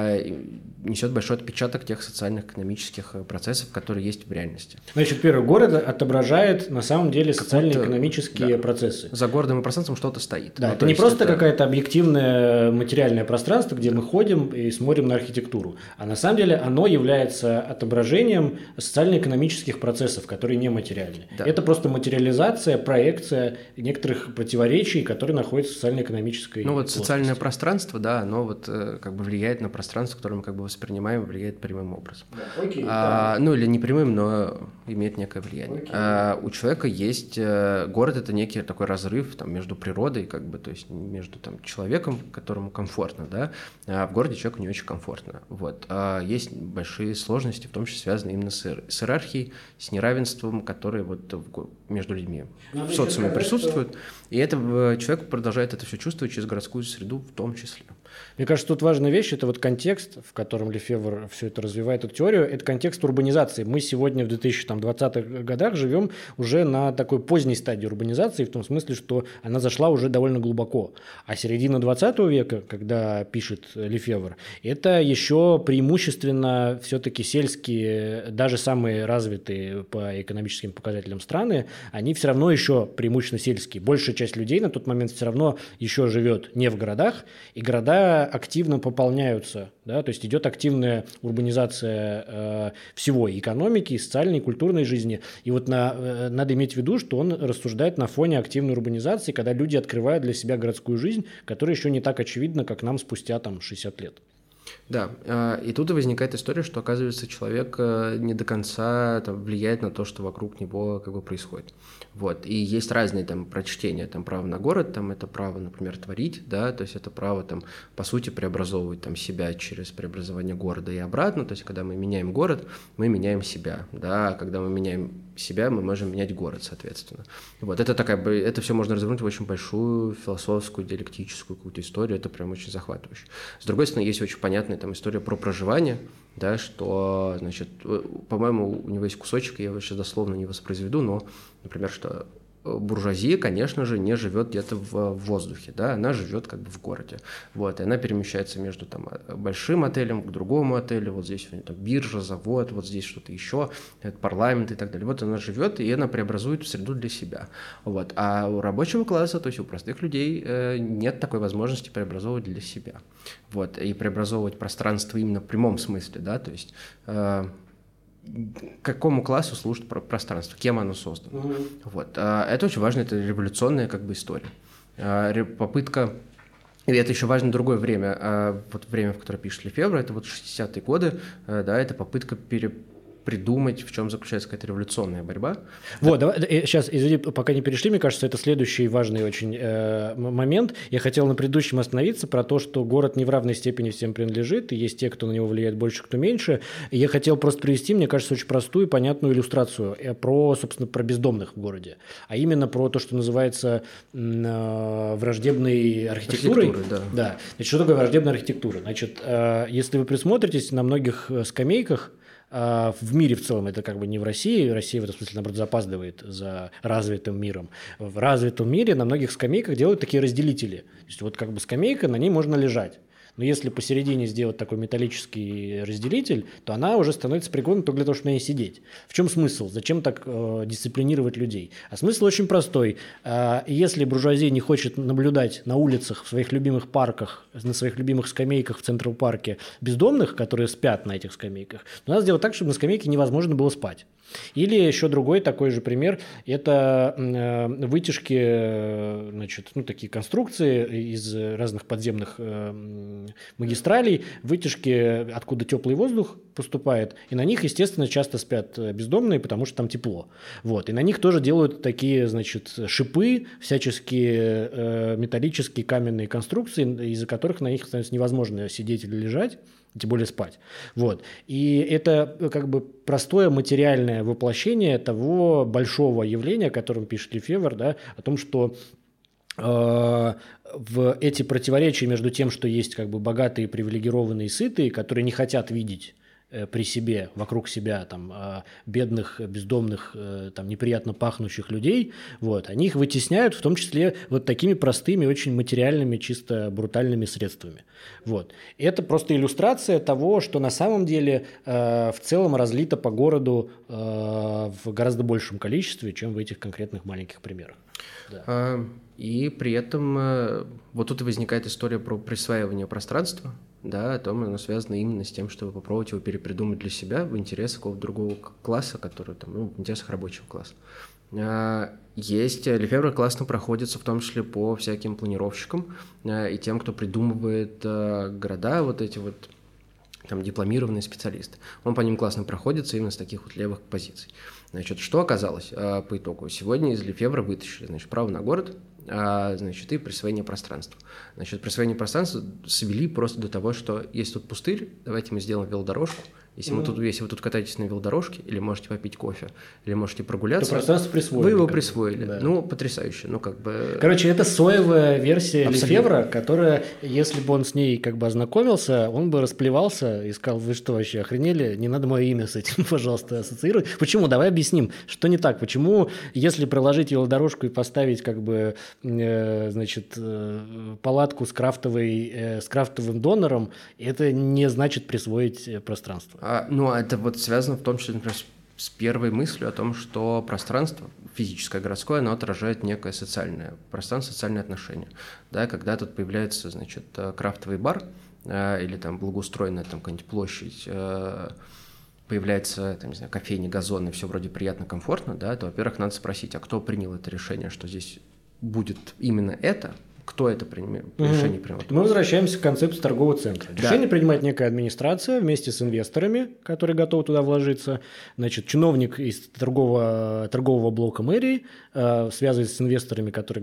несет большой отпечаток тех социально-экономических процессов, которые есть в реальности. Значит, первый, город отображает на самом деле социально-экономические да. процессы. За городом и пространством что-то стоит. Да, ну, это не просто это... какое-то объективное материальное пространство, где мы ходим и смотрим на архитектуру, а на самом деле оно является отображением социально-экономических процессов, которые нематериальны. Да. Это просто материализация, проекция некоторых противоречий, которые находятся в социально-экономической Ну вот плоскости. Социальное пространство, да, оно вот как бы влияет на пространство, которое мы как бы воспринимаем, влияет прямым образом. Да, окей, а, да. Ну или не прямым, но имеет некое влияние. А, у человека есть город, это некий такой разрыв там, между природой, как бы, то есть между там, человеком, которому комфортно, да, а в городе человеку не очень комфортно. Вот. А есть большие сложности, в том числе связанные именно с, с иерархией, с неравенством, которые вот в, между людьми но в социуме присутствуют. Что... И это человек продолжает это все чувствовать через городскую среду в том числе. Мне кажется, тут важная вещь – это вот контекст, в котором Лефевр все это развивает, эту теорию. Это контекст урбанизации. Мы сегодня в две тысячи двадцатых годах живем уже на такой поздней стадии урбанизации, в том смысле, что она зашла уже довольно глубоко. А середина двадцатого века, когда пишет Лефевр, это еще преимущественно все-таки сельские, даже самые развитые по экономическим показателям страны, они все равно еще преимущественно сельские. Большая часть людей на тот момент все равно еще живет не в городах, и города активно пополняются, да, то есть идет активная урбанизация э, всего, и экономики, и социальной, и культурной жизни. И вот на, э, надо иметь в виду, что он рассуждает на фоне активной урбанизации, когда люди открывают для себя городскую жизнь, которая еще не так очевидна, как нам спустя там, шестьдесят лет. Да, и тут и возникает история, что, оказывается, человек не до конца там, влияет на то, что вокруг него как бы происходит. Вот. И есть разные там прочтения, там право на город, там это право, например, творить, да, то есть это право там, по сути, преобразовывать там себя через преобразование города и обратно, то есть когда мы меняем город, мы меняем себя, да, а когда мы меняем себя, мы можем менять город, соответственно. Вот. Это такая, это все можно развернуть в очень большую философскую, диалектическую какую-то историю, это прям очень захватывающе. С другой стороны, есть очень понятная там история про проживание, да, что, значит, по-моему, у него есть кусочек, я его сейчас дословно не воспроизведу, но, например, что буржуазия, конечно же, не живет где-то в воздухе, да, она живет как бы в городе, вот, и она перемещается между там большим отелем к другому отелю, вот здесь там биржа, завод, вот здесь что-то еще, парламент и так далее, вот она живет, и она преобразует среду для себя, вот, а у рабочего класса, то есть у простых людей нет такой возможности преобразовывать для себя, вот, и преобразовывать пространство именно в прямом смысле, да, то есть какому классу служит пространство, кем оно создано. Mm-hmm. Вот. Это очень важно, это революционная как бы история. Попытка, и это еще важно другое время, вот время, в которое пишет Лефевр, это вот шестидесятые годы, да, это попытка пере придумать, в чем заключается какая-то революционная борьба. Вот, давай, сейчас, извини, пока не перешли, мне кажется, это следующий важный очень э, момент. Я хотел на предыдущем остановиться про то, что город не в равной степени всем принадлежит, и есть те, кто на него влияет больше, кто меньше. И я хотел просто привести, мне кажется, очень простую и понятную иллюстрацию про, собственно, про бездомных в городе, а именно про то, что называется э, враждебной архитектурой. Да. Да. Значит, что такое враждебная архитектура? Значит, э, если вы присмотритесь, на многих скамейках в мире в целом, это как бы не в России, Россия в этом смысле, наоборот, запаздывает за развитым миром. В развитом мире на многих скамейках делают такие разделители. То есть вот как бы скамейка, на ней можно лежать. Но если посередине сделать такой металлический разделитель, то она уже становится пригодна только для того, чтобы на ней сидеть. В чем смысл? Зачем так э, дисциплинировать людей? А смысл очень простой. Э, если буржуазия не хочет наблюдать на улицах, в своих любимых парках, на своих любимых скамейках в Централ парке бездомных, которые спят на этих скамейках, то надо сделать так, чтобы на скамейке невозможно было спать. Или еще другой такой же пример – это э, вытяжки, значит, ну, такие конструкции из разных подземных э, магистралей, вытяжки, откуда теплый воздух поступает, и на них, естественно, часто спят бездомные, потому что там тепло. Вот. И на них тоже делают такие, значит, шипы, всяческие э, металлические каменные конструкции, из-за которых на них становится невозможно сидеть или лежать, тем более спать. Вот. И это как бы простое материальное воплощение того большого явления, о котором пишет Лефевр, да, о том, что э, в эти противоречия между тем, что есть как бы богатые, привилегированные, сытые, которые не хотят видеть при себе, вокруг себя там, бедных, бездомных, там, неприятно пахнущих людей, вот, они их вытесняют, в том числе вот такими простыми, очень материальными, чисто брутальными средствами. Вот. И это просто иллюстрация того, что на самом деле э, в целом разлито по городу э, в гораздо большем количестве, чем в этих конкретных маленьких примерах. Да. А, и при этом вот тут и возникает история про присваивание пространства, да, о том, оно связано именно с тем, чтобы попробовать его перепридумать для себя в интересах какого-то другого класса, который там, ну, в интересах рабочего класса. А, есть, Лефевр классно проходится в том числе по всяким планировщикам а, и тем, кто придумывает а, города, вот эти вот там дипломированные специалисты. Он по ним классно проходится именно с таких вот левых позиций. Значит, что оказалось а, по итогу? Сегодня из Лефевра вытащили, значит, право на город, а, значит, и присвоение пространства. Значит, присвоение пространства свели просто до того, что есть тут пустырь, давайте мы сделаем велодорожку. Если, mm-hmm. мы тут, если вы тут катаетесь на велодорожке, или можете попить кофе, или можете прогуляться, то пространство присвоили. Вы его присвоили. Да. Ну, потрясающе. Ну, как бы... Короче, это соевая версия Абсолютно. Лефевра, которая, если бы он с ней как бы ознакомился, он бы расплевался и сказал: вы что, вообще охренели? Не надо мое имя с этим, пожалуйста, ассоциировать. Почему? Давай объясним, что не так. Почему, если проложить велодорожку и поставить как бы, э, значит, э, палатку с, крафтовой, э, с крафтовым донором, это не значит присвоить пространство? А, ну, это вот связано в том числе, например, с, с первой мыслью о том, что пространство физическое, городское, оно отражает некое социальное пространство, социальные отношения. Да, когда тут появляется, значит, крафтовый бар э, или там благоустроенная там какая-нибудь площадь, э, появляется, там, не знаю, кофейни, газоны, все вроде приятно, комфортно, да, то, во-первых, надо спросить, а кто принял это решение, что здесь будет именно это, кто это принимает, решение принял. Мы возвращаемся к концепции торгового центра. Да. Решение принимает некая администрация вместе с инвесторами, которые готовы туда вложиться. Значит, чиновник из торгового, торгового блока мэрии э, связывается с инвесторами, которые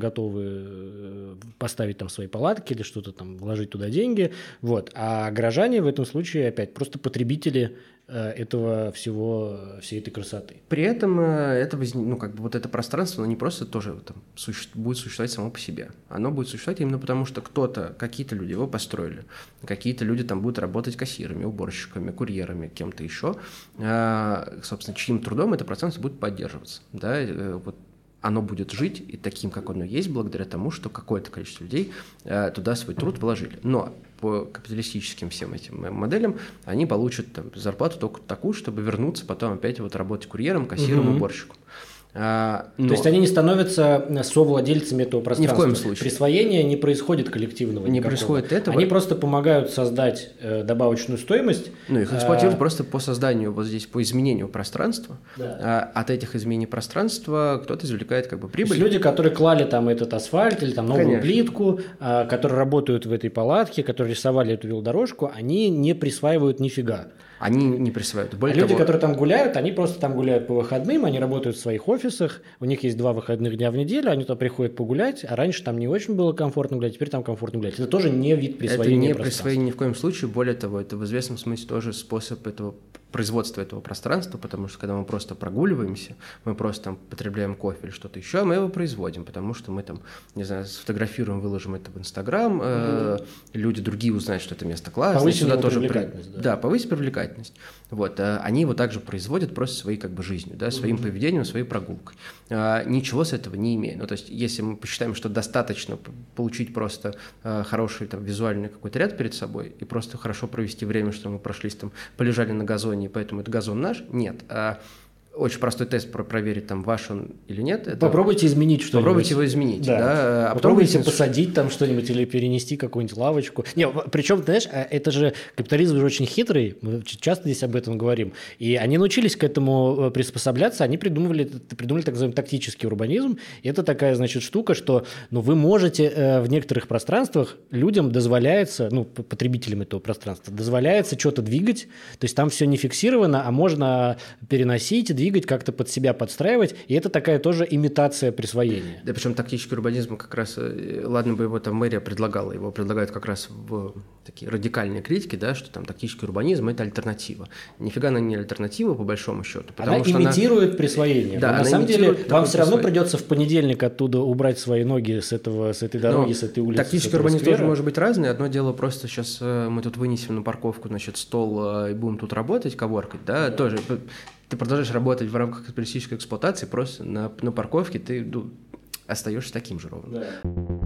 готовы поставить там свои палатки или что-то там, вложить туда деньги. Вот. А горожане в этом случае опять просто потребители этого всего, всей этой красоты. При этом это, ну, как бы вот это пространство, оно не просто тоже там, суще... будет существовать само по себе. Оно будет существовать именно потому, что кто-то, какие-то люди его построили, какие-то люди там будут работать кассирами, уборщиками, курьерами, кем-то еще. Собственно, чьим трудом это пространство будет поддерживаться. Да? Вот оно будет жить и таким, как оно есть, благодаря тому, что какое-то количество людей э, туда свой труд вложили. Но по капиталистическим всем этим моделям они получат там, зарплату только такую, чтобы вернуться потом опять вот работать курьером, кассиром, угу. уборщиком. А, но... То есть они не становятся совладельцами этого пространства. Ни в коем случае. Присвоение не происходит коллективного. Не никакого. происходит этого. Они просто помогают создать э, добавочную стоимость. Ну, их эксплуатируют а... просто по созданию, вот здесь, по изменению пространства. Да. А от этих изменений пространства кто-то извлекает как бы прибыль. Люди, которые клали там этот асфальт или там новую Конечно. плитку, а, которые работают в этой палатке, которые рисовали эту велодорожку, они не присваивают нифига. Они не присваивают. Более а того... люди, которые там гуляют, они просто там гуляют по выходным, они работают в своих офисах, у них есть два выходных дня в неделю, они туда приходят погулять, а раньше там не очень было комфортно гулять, теперь там комфортно гулять. Это тоже не вид присвоения. Это не присвоение ни в коем случае, более того, это в известном смысле тоже способ этого производства этого пространства, потому что когда мы просто прогуливаемся, мы просто там потребляем кофе или что-то еще, мы его производим, потому что мы там, не знаю, сфотографируем, выложим это в Инстаграм, mm-hmm. э, люди другие узнают, что это место классное. Повысить сюда тоже привлекательность. При... Да. да, повысить привлекательность. Вот, э, они его также производят просто своей как бы жизнью, да, своим mm-hmm. поведением, своей прогулкой. Э, ничего с этого не имея. Ну, то есть, если мы посчитаем, что достаточно получить просто э, хороший там визуальный какой-то ряд перед собой и просто хорошо провести время, что мы прошлись там, полежали на газоне, поэтому это газон наш. Нет. очень простой тест про проверить, там, ваш он или нет. Это... Попробуйте изменить что-нибудь. Попробуйте его изменить, да. да. А Попробуйте посадить там что-нибудь или перенести какую-нибудь лавочку. Не, причем, знаешь, это же капитализм же очень хитрый, мы часто здесь об этом говорим, и они научились к этому приспосабляться, они придумывали, придумали так называемый тактический урбанизм, и это такая, значит, штука, что ну, вы можете э, в некоторых пространствах, людям дозволяется, ну, потребителям этого пространства, дозволяется что-то двигать, то есть там все не фиксировано, а можно переносить, двигать, как-то под себя подстраивать, и это такая тоже имитация присвоения. Да, причем тактический урбанизм как раз, ладно бы его там мэрия предлагала, его предлагают как раз в такие радикальные критики, да, что там тактический урбанизм – это альтернатива. Нифига она не альтернатива, по большому счету. Она что имитирует она... присвоение. Да, на самом деле вам все равно придется в понедельник оттуда убрать свои ноги с, этого, с этой дороги, Но с этой улицы. Тактический урбанизм тоже может быть разный. Одно дело просто сейчас мы тут вынесем на парковку, значит, стол и будем тут работать, коворкать, да, да. тоже. Ты продолжаешь работать в рамках капиталистической эксплуатации, просто на, на парковке ты ну, остаешься таким же ровно. Да.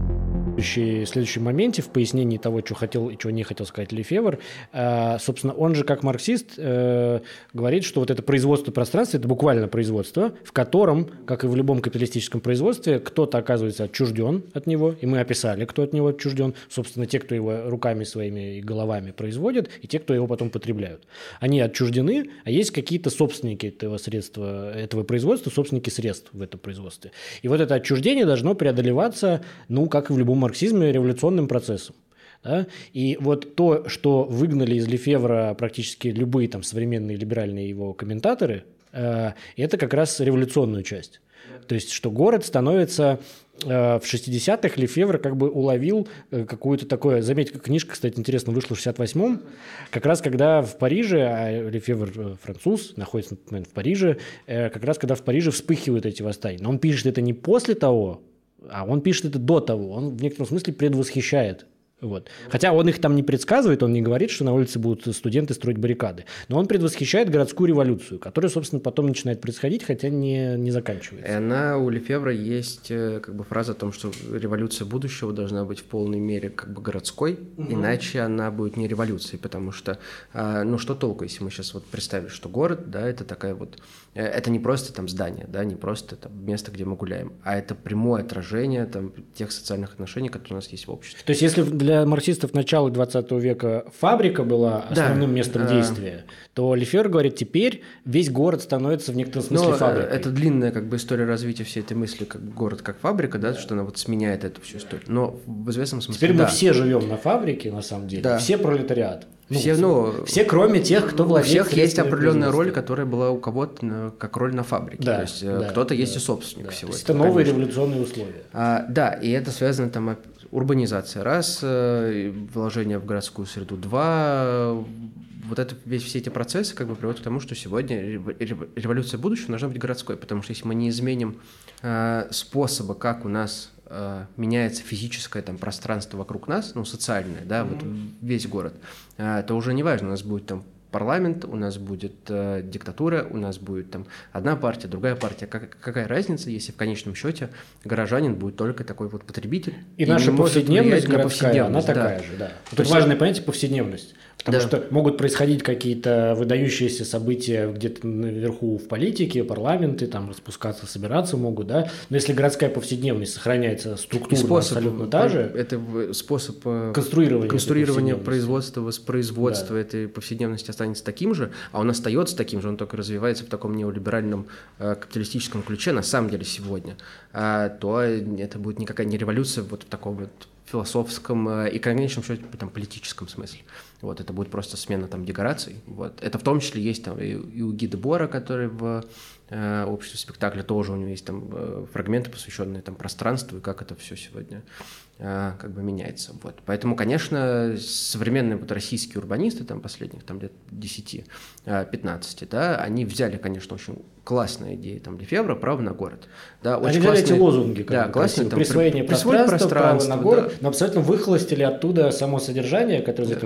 В следующем моменте, в пояснении того, что хотел и чего не хотел сказать Лефевр, э, собственно, он же как марксист э, говорит, что вот это производство пространства – это буквально производство, в котором, как и в любом капиталистическом производстве, кто-то оказывается отчужден от него, и мы описали, кто от него отчужден, собственно, те, кто его руками своими и головами производит, и те, кто его потом потребляют. Они отчуждены, а есть какие-то собственники этого средства, этого производства, собственники средств в этом производстве. И вот это отчуждение должно преодолеваться, ну, как и в любом марксизме, революционным процессом. Да? И вот то, что выгнали из Лефевра практически любые там, современные либеральные его комментаторы, э, это как раз революционную часть. То есть, что город становится... Э, в шестидесятых Лефевр как бы уловил э, какую-то такое... Заметьте, книжка, кстати, интересно, вышла в шестьдесят восьмом, как раз когда в Париже, а Лефевр э, француз, находится на тот момент в Париже, э, как раз когда в Париже вспыхивают эти восстания. Но он пишет это не после того, а он пишет это до того. Он в некотором смысле предвосхищает. Вот. Хотя он их там не предсказывает, он не говорит, что на улице будут студенты строить баррикады. Но он предвосхищает городскую революцию, которая, собственно, потом начинает происходить, хотя не, не заканчивается. И она у Лефевра есть как бы фраза о том, что революция будущего должна быть в полной мере как бы городской, угу. Иначе она будет не революцией, потому что, ну что толку, если мы сейчас вот представим, что город, да, это такая вот, это не просто там здание, да, не просто там место, где мы гуляем, а это прямое отражение там тех социальных отношений, которые у нас есть в обществе. То есть если для Для марксистов начала двадцатого века фабрика была основным да, местом действия, то Лефевр говорит, теперь весь город становится в некотором смысле Но фабрикой. Это длинная как бы история развития всей этой мысли, как город как фабрика, да, да. что она вот сменяет эту всю историю. Но в известном смысле Теперь да. мы все живем на фабрике, на самом деле, да. все пролетариат. Ну, все, ну, все, кроме тех, кто владеет. У всех есть определенная роль, которая была у кого-то как роль на фабрике. Да, то есть да, кто-то да, есть и собственник да. всего этого. этого. Это новые конечно. Революционные условия. А, да, и это связано там урбанизация раз, вложение в городскую среду два. Вот это, весь, все эти процессы как бы приводят к тому, что сегодня революция будущего должна быть городской, потому что если мы не изменим э, способа, как у нас э, меняется физическое там, пространство вокруг нас, ну, социальное, да, mm-hmm. вот весь город, э, то уже не важно, у нас будет там парламент, у нас будет э, диктатура, у нас будет там одна партия, другая партия. Как, какая разница, если в конечном счете горожанин будет только такой вот потребитель? И, и наша повседневность городская, она такая да. же, да. Тут есть... важное понятие повседневность. Потому да. что могут происходить какие-то выдающиеся события где-то наверху в политике, парламенты, там распускаться, собираться могут, да. Но если городская повседневность сохраняется структурно абсолютно та же, это способ конструирования, конструирования производства, воспроизводства да. этой повседневности останется таким же, а он остается таким же, он только развивается в таком неолиберальном э, капиталистическом ключе, на самом деле сегодня, а, то это будет никакая не революция вот в таком вот философском э, и, в конечном счете, там, политическом смысле. Вот, это будет просто смена там декораций. Вот. Это в том числе есть там и, и у Ги Дебора, который в э, обществе спектакля тоже у него есть там э, фрагменты, посвященные там пространству и как это все сегодня э, как бы меняется. Вот. Поэтому, конечно, современные вот российские урбанисты там последних там лет десять-пятнадцать, да, они взяли, конечно, очень классные идеи там Лефевра, право на город. Да, очень они взяли эти лозунги, да, бы, классные, там, присвоение пространства, пространство, право на город, да. но абсолютно выхолостили оттуда само содержание, которое да. за этим стоит. Оно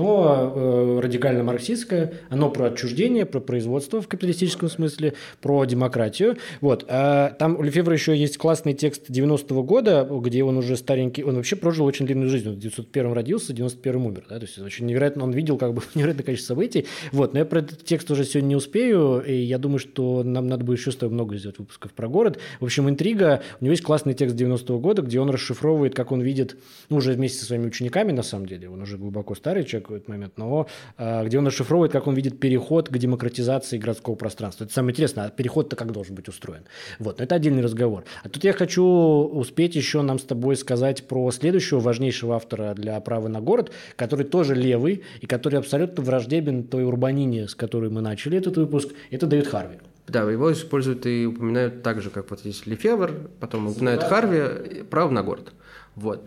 оно э, радикально марксистское, оно про отчуждение, про производство в капиталистическом смысле, про демократию. Вот. А там у Лефевра еще есть классный текст девяностого года, где он уже старенький, он вообще прожил очень длинную жизнь. Он в девятьсот первом родился, в девяносто первом умер. Да? То есть очень невероятно, он видел как бы невероятное количество событий. Вот. Но я про этот текст уже сегодня не успею, и я думаю, что нам надо будет еще с тобой много сделать выпусков про город. В общем, интрига. У него есть классный текст девяностого года, где он расшифровывает, как он видит, ну, уже вместе со своими учениками, на самом деле, он уже глубоко старый человек в этот момент, но а, где он расшифровывает, как он видит переход к демократизации городского пространства. Это самое интересное, а переход-то как должен быть устроен. Вот, но это отдельный разговор. А тут я хочу успеть еще нам с тобой сказать про следующего важнейшего автора для права на город, который тоже левый и который абсолютно враждебен той урбанине, с которой мы начали этот выпуск. Это Дэвид Харви. Да, его используют и упоминают так же, как вот есть Лефевр, потом упоминают Харви, право на город. Вот.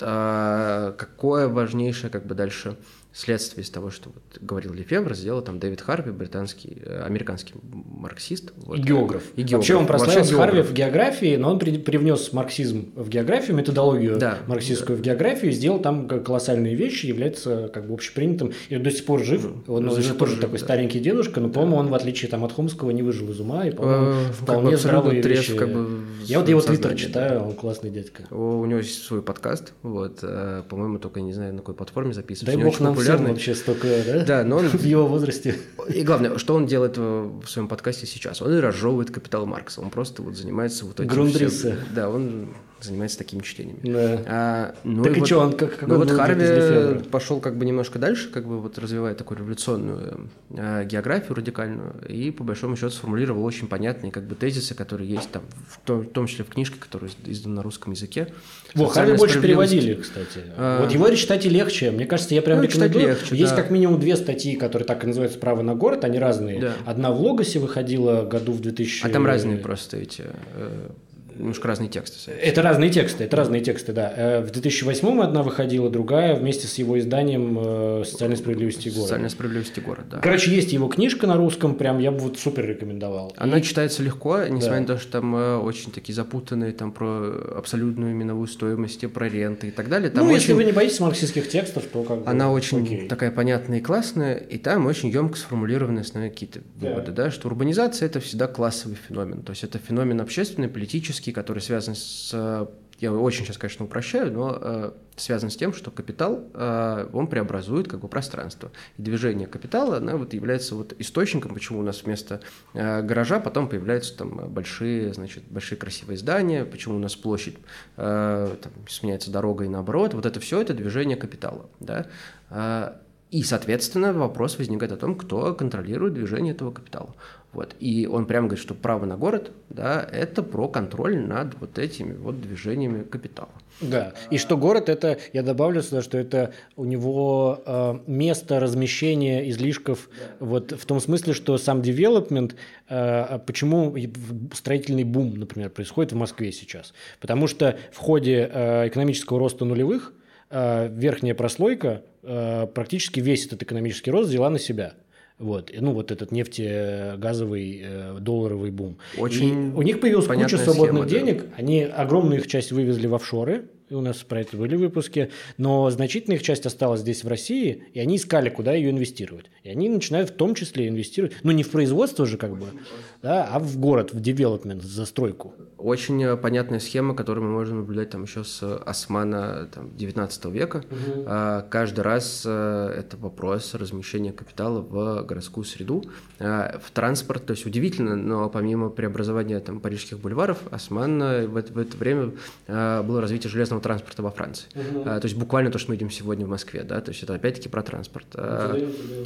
А какое важнейшее как бы дальше следствие из того, что вот говорил Лефевр, сделал там Дэвид Харви, британский, американский марксист. Вот. И географ. И географ. Вообще он прославился Харви в географии, но он при, привнес марксизм в географию, методологию да. марксистскую да. в географию, и сделал там колоссальные вещи, является как бы общепринятым, и до сих пор жив. Он до сих пор тоже жив, такой да. старенький дедушка, но, по-моему, он, в отличие там, от Хомского, не выжил из ума, и, по-моему, вполне как здравые треф, вещи. Как бы, я вот его твиттер читаю, да. он классный дядька. У него есть свой подкаст, вот, по-моему, только не знаю, на какой платформе записывается. Дай бог нам всем вообще столько, да? Да, но он... в его возрасте. И главное, что он делает в своем подкасте сейчас? Он разжевывает «Капитал Маркса», он просто вот занимается вот этим Грундриса. Да, он занимается такими чтениями. Да. А, ну так и, вот, что, он как, ну вот Харви пошел как бы немножко дальше, как бы вот развивая такую революционную э, географию радикальную, и по большому счету сформулировал очень понятные как бы тезисы, которые есть там, в том, в том числе в книжке, которая издана на русском языке. Во, Харви больше переводили, кстати. А... Вот его читать и легче. Мне кажется, я прям ну, рекомендую. Легче, есть да. как минимум две статьи, которые так и называются «Право на город», они разные. Да. Одна в Логосе выходила году в двухтысячном. А там разные просто эти... Э... Немножко разные тексты. Это разные тексты, это разные тексты, да. В две тысячи восьмом одна выходила, другая вместе с его изданием «Социальной справедливости города». «Социальной справедливости города», да. Короче, есть его книжка на русском, прям я бы вот супер рекомендовал. Она и... читается легко, несмотря да. на то, что там очень такие запутанные, там про абсолютную именовую стоимость, про ренты и так далее. Там ну, очень... если вы не боитесь марксистских текстов, то как бы... Она очень окей. такая понятная и классная, и там очень емко сформулированы основные какие-то выводы, да. да, что урбанизация – это всегда классовый феномен, то есть это феномен общественный, политический, который связан с С, я очень сейчас, конечно, упрощаю, но э, связан с тем, что капитал, э, он преобразует как бы пространство. И движение капитала, она вот является вот источником, почему у нас вместо э, гаража потом появляются там большие, значит, большие красивые здания, почему у нас площадь э, там, сменяется дорогой и наоборот. Вот это все это движение капитала, да. Э, и, соответственно, вопрос возникает о том, кто контролирует движение этого капитала. Вот. И он прямо говорит, что право на город, да, это про контроль над вот этими вот движениями капитала. Да, и что город, это, я добавлю сюда, что это у него э, место размещения излишков, да. вот в том смысле, что сам девелопмент, э, почему строительный бум, например, происходит в Москве сейчас. Потому что в ходе э, экономического роста нулевых э, верхняя прослойка э, практически весь этот экономический рост взяла на себя. Вот, ну вот этот нефтегазовый э, долларовый бум. Очень и у них появилась куча свободных схема, денег, да. они огромную их часть вывезли в офшоры, и у нас про это были выпуски, но значительная их часть осталась здесь в России, и они искали, куда ее инвестировать. И они начинают в том числе инвестировать, ну не в производство же как бы, да, а в город, в девелопмент, в застройку. Очень понятная схема, которую мы можем наблюдать там еще с Османа там, девятнадцатого века. Угу. А, каждый раз а, это вопрос размещения капитала в городскую среду, а, в транспорт. То есть удивительно, но помимо преобразования там, парижских бульваров, Осман в это, в это время а, было развитие железного транспорта во Франции. Угу. А, то есть буквально то, что мы видим сегодня в Москве. Да? То есть это опять-таки про транспорт. А,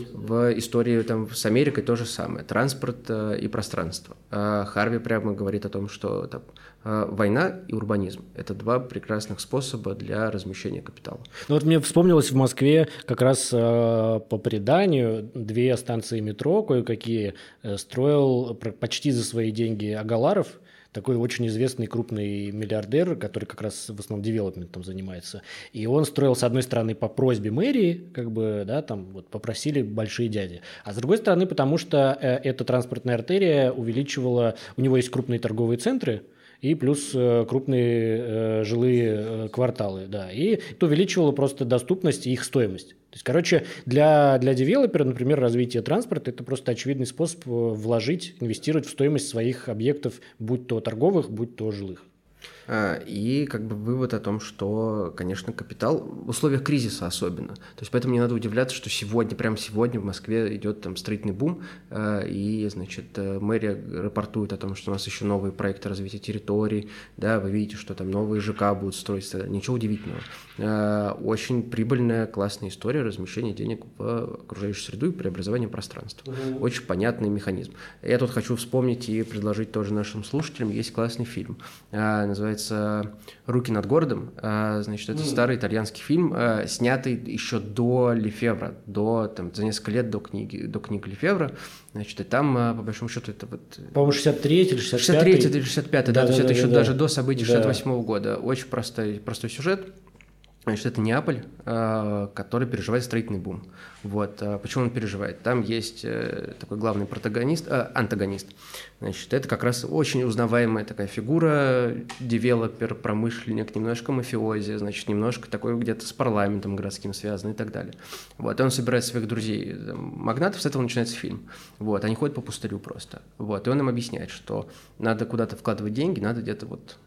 в истории там, с Америкой то же самое. Транспорт а, и пространство. А, Харви прямо говорит о том, что там, война и урбанизм – это два прекрасных способа для размещения капитала. Ну вот мне вспомнилось в Москве как раз э, по преданию две станции метро кое-какие э, строил почти за свои деньги Агаларов, такой очень известный крупный миллиардер, который как раз в основном девелопментом занимается. И он строил, с одной стороны, по просьбе мэрии, как бы, да, там вот попросили большие дяди. А с другой стороны, потому что э, эта транспортная артерия увеличивала, у него есть крупные торговые центры, и плюс э, крупные э, жилые э, кварталы, да, и это увеличивало просто доступность и их стоимость. То есть, короче, для, для девелопера, например, развитие транспорта – это просто очевидный способ вложить, инвестировать в стоимость своих объектов, будь то торговых, будь то жилых. И как бы вывод о том, что, конечно, капитал в условиях кризиса особенно. То есть поэтому не надо удивляться, что сегодня, прямо сегодня в Москве идет там строительный бум, и, значит, мэрия рапортует о том, что у нас еще новые проекты развития территорий, да, вы видите, что там новые ЖК будут строиться, ничего удивительного. Очень прибыльная, классная история размещения денег в окружающую среду и преобразования пространства. Угу. Очень понятный механизм. Я тут хочу вспомнить и предложить тоже нашим слушателям, есть классный фильм, называется «Руки над городом». Значит, это mm. старый итальянский фильм, снятый еще до Лефевра, до, там, за несколько лет до книги, до книги Лефевра. Значит, и там, по большому счету, это вот... По-моему, шестьдесят третий или шестьдесят пятый. шестьдесят третий или шестьдесят пятый, да, да, то есть да, это да, еще да. даже до событий шестьдесят восьмого да. года. Очень простой, простой сюжет. Значит, это Неаполь, который переживает строительный бум. Вот. Почему он переживает? Там есть такой главный протагонист, а, антагонист. Значит, это как раз очень узнаваемая такая фигура, девелопер, промышленник, немножко мафиози, значит, немножко такой где-то с парламентом городским связан и так далее. Вот. И он собирает своих друзей, магнатов, с этого начинается фильм. Вот. Они ходят по пустырю просто. Вот. И он им объясняет, что надо куда-то вкладывать деньги, надо где-то вот...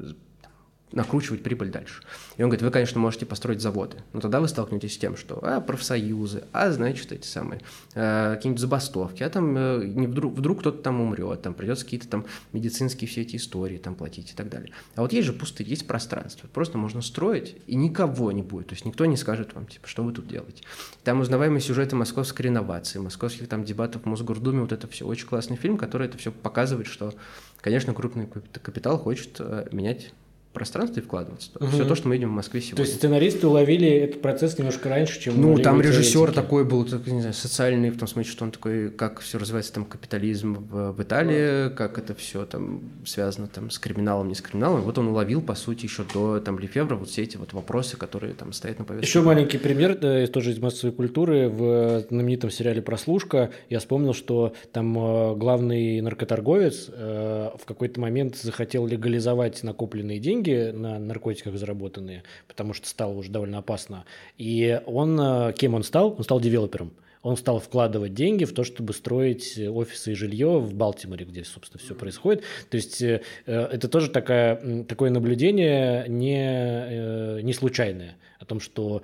накручивать прибыль дальше. И он говорит, вы, конечно, можете построить заводы, но тогда вы столкнетесь с тем, что а, профсоюзы, а, значит, эти самые, э, какие-нибудь забастовки, а там э, не вдруг, вдруг кто-то там умрет, там придется какие-то там медицинские все эти истории там платить и так далее. А вот есть же пустырь, есть пространство, просто можно строить, и никого не будет, то есть никто не скажет вам, типа, что вы тут делаете. Там узнаваемые сюжеты московской реновации, московских там дебатов в Мосгордуме, вот это все, очень классный фильм, который это все показывает, что, конечно, крупный капитал хочет э, менять пространство и вкладываться. Угу. Все то, что мы видим в Москве сегодня. То есть сценаристы уловили этот процесс немножко раньше, чем... Ну, там режиссер такой был, так, не знаю, социальный, в том смысле, что он такой, как все развивается там капитализм в, в Италии, вот. Как это все там связано там с криминалом, не с криминалом. Вот он уловил, по сути, еще до там Лефевра вот все эти вот вопросы, которые там стоят на повестке. Еще маленький пример, да, тоже из массовой культуры. В знаменитом сериале «Прослушка» я вспомнил, что там э, главный наркоторговец э, в какой-то момент захотел легализовать накопленные деньги на наркотиках заработанные, потому что стало уже довольно опасно. И он, кем он стал? Он стал девелопером. Он стал вкладывать деньги в то, чтобы строить офисы и жилье в Балтиморе, где, собственно, все происходит. То есть это тоже такая, такое наблюдение не, не случайное о том, что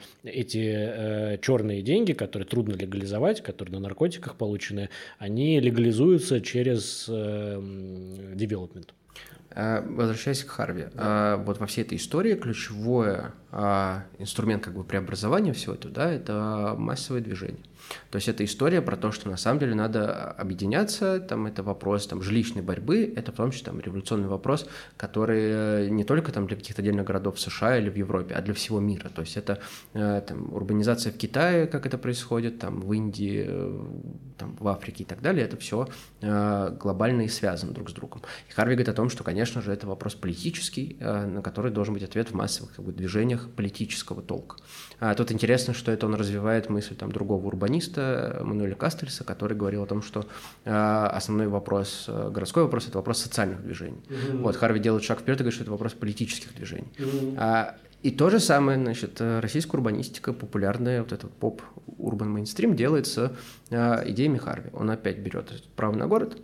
эти черные деньги, которые трудно легализовать, которые на наркотиках получены, они легализуются через девелопмент. Возвращаясь к Харви, да. Вот во всей этой истории ключевой инструмент как бы преобразования всего этого, да, это массовое движение. То есть это история про то, что на самом деле надо объединяться, там это вопрос там, жилищной борьбы, это в том числе там, революционный вопрос, который не только там, для каких-то отдельных городов в США или в Европе, а для всего мира. То есть это там, урбанизация в Китае, как это происходит, там, в Индии, там, в Африке и так далее, это все глобально и связано друг с другом. И Харви говорит о том, что, конечно же, это вопрос политический, на который должен быть ответ в массовых как бы, движениях политического толка. А тут интересно, что это он развивает мысль там, другого урбаниста, Мануэля Кастельса, который говорил о том, что э, основной вопрос, э, городской вопрос – это вопрос социальных движений. Mm-hmm. Вот, Харви делает шаг вперед и говорит, что это вопрос политических движений. Mm-hmm. А, и то же самое, значит, российская урбанистика, популярная, вот этот поп-урбан-мейнстрим делает с э, идеями Харви. Он опять берет право на город,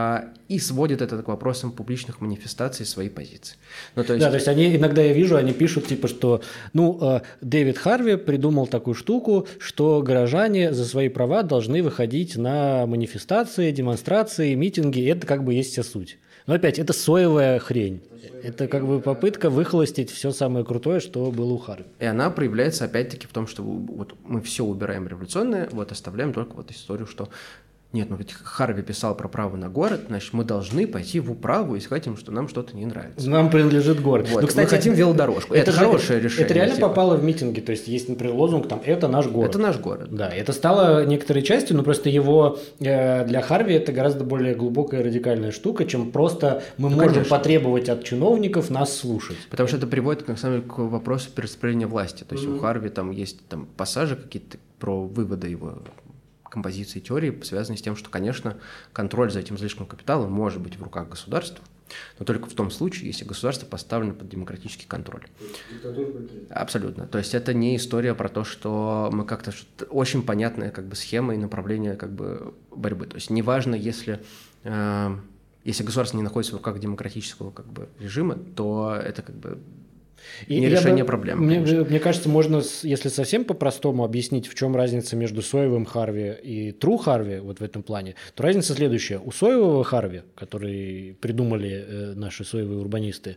и сводит это к вопросам публичных манифестаций своей позиции. Ну, то есть... Да, то есть они, иногда я вижу, они пишут, типа, что ну, Дэвид Харви придумал такую штуку, что горожане за свои права должны выходить на манифестации, демонстрации, митинги, это как бы есть вся суть. Но опять, это соевая хрень. Это как бы попытка выхолостить все самое крутое, что было у Харви. И она проявляется опять-таки в том, что вот мы все убираем революционное, вот оставляем только вот историю, что нет, ну ведь Харви писал про право на город, значит, мы должны пойти в управу и сказать им, что нам что-то не нравится. Нам принадлежит город. Вот. Ну, кстати, мы хотим велодорожку. Это, это хорошее решение. Это реально типа. Попало в митинги. То есть есть, например, лозунг там «Это наш город». Это наш город. Да, это стало некоторой частью, но просто его э, для Харви это гораздо более глубокая радикальная штука, чем просто мы ну, можем конечно. Потребовать от чиновников нас слушать. Потому что это приводит, на самом деле, к вопросу перераспределения власти. То есть mm-hmm. у Харви там есть там пассажи какие-то про выводы его композиции теории связаны с тем, что, конечно, контроль за этим излишком капиталом может быть в руках государства, но только в том случае, если государство поставлено под демократический контроль. Абсолютно. То есть это не история про то, что мы как-то... Очень понятная как бы схема и направление как бы борьбы. То есть неважно, если... Э, если государство не находится в руках демократического как бы режима, то это как бы... И не решение бы, проблемы. Мне, мне кажется, можно, если совсем по-простому объяснить, в чем разница между соевым Харви и true Харви вот в этом плане, то разница следующая. У соевого Харви, который придумали э, наши соевые урбанисты,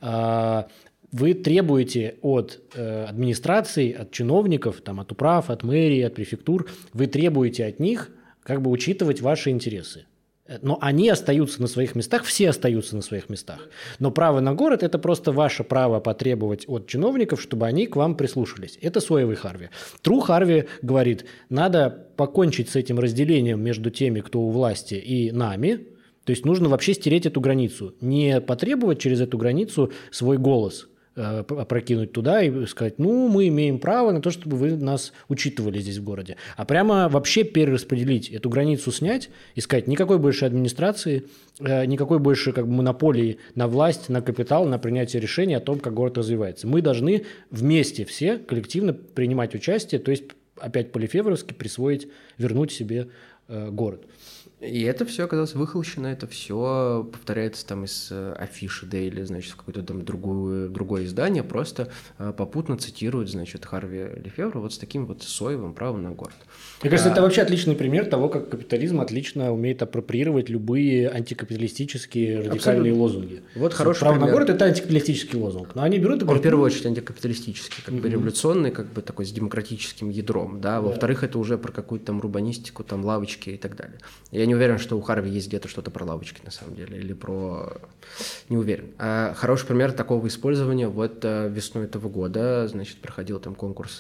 э, вы требуете от э, администрации, от чиновников, там, от управ, от мэрии, от префектур, вы требуете от них как бы учитывать ваши интересы. Но они остаются на своих местах, все остаются на своих местах. Но право на город – это просто ваше право потребовать от чиновников, чтобы они к вам прислушались. Это соевый Харви. True Харви говорит, надо покончить с этим разделением между теми, кто у власти, и нами. То есть нужно вообще стереть эту границу. Не потребовать через эту границу свой голос, опрокинуть туда и сказать, ну, мы имеем право на то, чтобы вы нас учитывали здесь в городе. А прямо вообще перераспределить, эту границу снять и сказать, никакой больше администрации, никакой больше как бы монополии на власть, на капитал, на принятие решений о том, как город развивается. Мы должны вместе все коллективно принимать участие, то есть опять по-лефевровски присвоить, вернуть себе э, город. И это все оказалось выхолощено, это все повторяется там из афиши Дейли, значит, в какое-то там другое, другое издание, просто попутно цитирует, значит, Харви Лефевра вот с таким вот соевым правом на город. Мне кажется, а... это вообще отличный пример того, как капитализм отлично умеет апроприировать любые антикапиталистические радикальные Абсолютно. лозунги. Вот хороший право пример. на город – это антикапиталистический лозунг, но они берут и говорят… Он в первую очередь антикапиталистический, как mm-hmm. бы революционный, как бы такой с демократическим ядром, да, да. Во-вторых, это уже про какую-то там урбанистику, там лавочки и так далее. Я не уверен, что у Харви есть где-то что-то про лавочки, на самом деле, или про... Не уверен. А хороший пример такого использования вот весной этого года, значит, проходил там конкурс...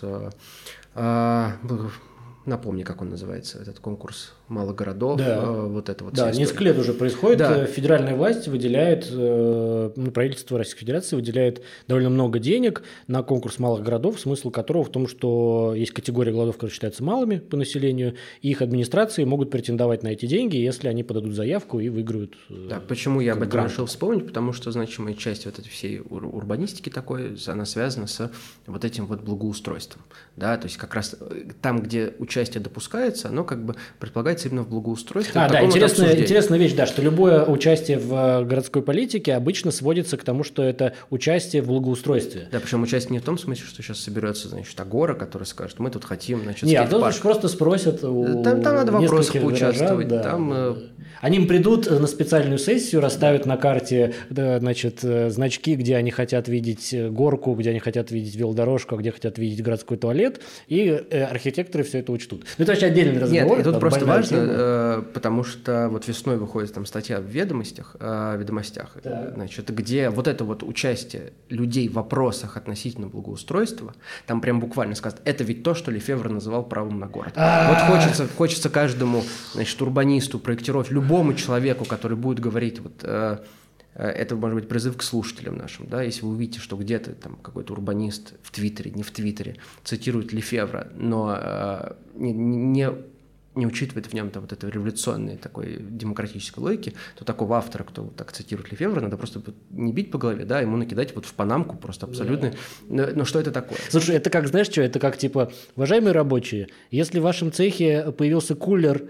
А, напомни, как он называется, этот конкурс малых городов, да. э, вот это вот. Да, несколько лет уже происходит. Да. Федеральная власть выделяет, э, ну, правительство Российской Федерации выделяет довольно много денег на конкурс малых городов, смысл которого в том, что есть категория городов, которые считаются малыми по населению, и их администрации могут претендовать на эти деньги, если они подадут заявку и выиграют. Э, да, почему я об этом грант. решил вспомнить? Потому что значимая часть вот этой всей ур- урбанистики такой, она связана с вот этим вот благоустройством. Да, то есть как раз там, где участие допускается, оно как бы предполагает именно в благоустройстве. А, да, интересная, интересная вещь, да, что любое участие в городской политике обычно сводится к тому, что это участие в благоустройстве. Да, причем участие не в том смысле, что сейчас соберется, значит, агора, который скажет, мы тут хотим, значит, Нет, а тут просто спросят у Там, там надо вопросы поучаствовать. Да, там, да. Они им придут на специальную сессию, расставят да. на карте, да, значит, значки, где они хотят видеть горку, где они хотят видеть велодорожку, где хотят видеть городской туалет, и архитекторы все это учтут. Ну, это вообще отдельный разговор. Нет, тут просто важно, э, потому что вот весной выходит там статья в ведомостях, э, ведомостях, да. значит, где вот это вот участие людей в вопросах относительно благоустройства, там прям буквально сказано, это ведь то, что Лефевр называл правом на город. Вот хочется, хочется каждому, значит, урбанисту, проектировать, любому человеку, который будет говорить вот... Э, это может быть призыв к слушателям нашим, да, если вы увидите, что где-то там какой-то урбанист в Твиттере, не в Твиттере, цитирует Лефевра, но э, не, не, не учитывает в нем там, вот этой революционной такой демократической логики, то такого автора, кто вот так цитирует Лефевра, надо просто не бить по голове, да, ему накидать вот в панамку просто абсолютно. Да. Но что это такое? Слушай, это как, знаешь что, это как типа, уважаемые рабочие, если в вашем цехе появился кулер,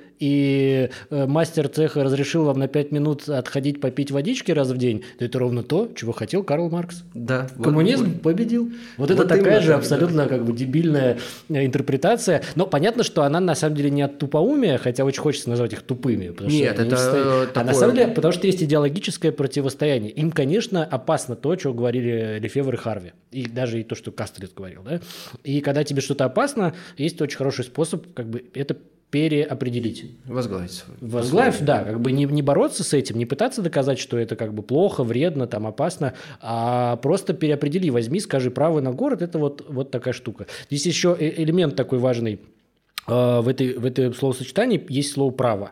и э, мастер цеха разрешил вам на пять минут отходить попить водички раз в день, то это ровно то, чего хотел Карл Маркс. Да. Коммунизм вот, победил. Вот, вот это такая же абсолютно да. как бы дебильная интерпретация. Но понятно, что она на самом деле не от тупоумия, хотя очень хочется назвать их тупыми. Потому Нет, что это стоят... такое... А на самом деле, потому что есть идеологическое противостояние. Им, конечно, опасно то, что говорили Лефевр и Харви. И даже и то, что Кастлет говорил. Да? И когда тебе что-то опасно, есть очень хороший способ как бы это переопределить. Возглавить. Возглавить, да, как бы не, не бороться с этим, не пытаться доказать, что это как бы плохо, вредно, там, опасно, а просто переопредели, возьми, скажи, право на город – это вот, вот такая штука. Здесь еще элемент такой важный э, в, этой, в этой словосочетании есть слово «право».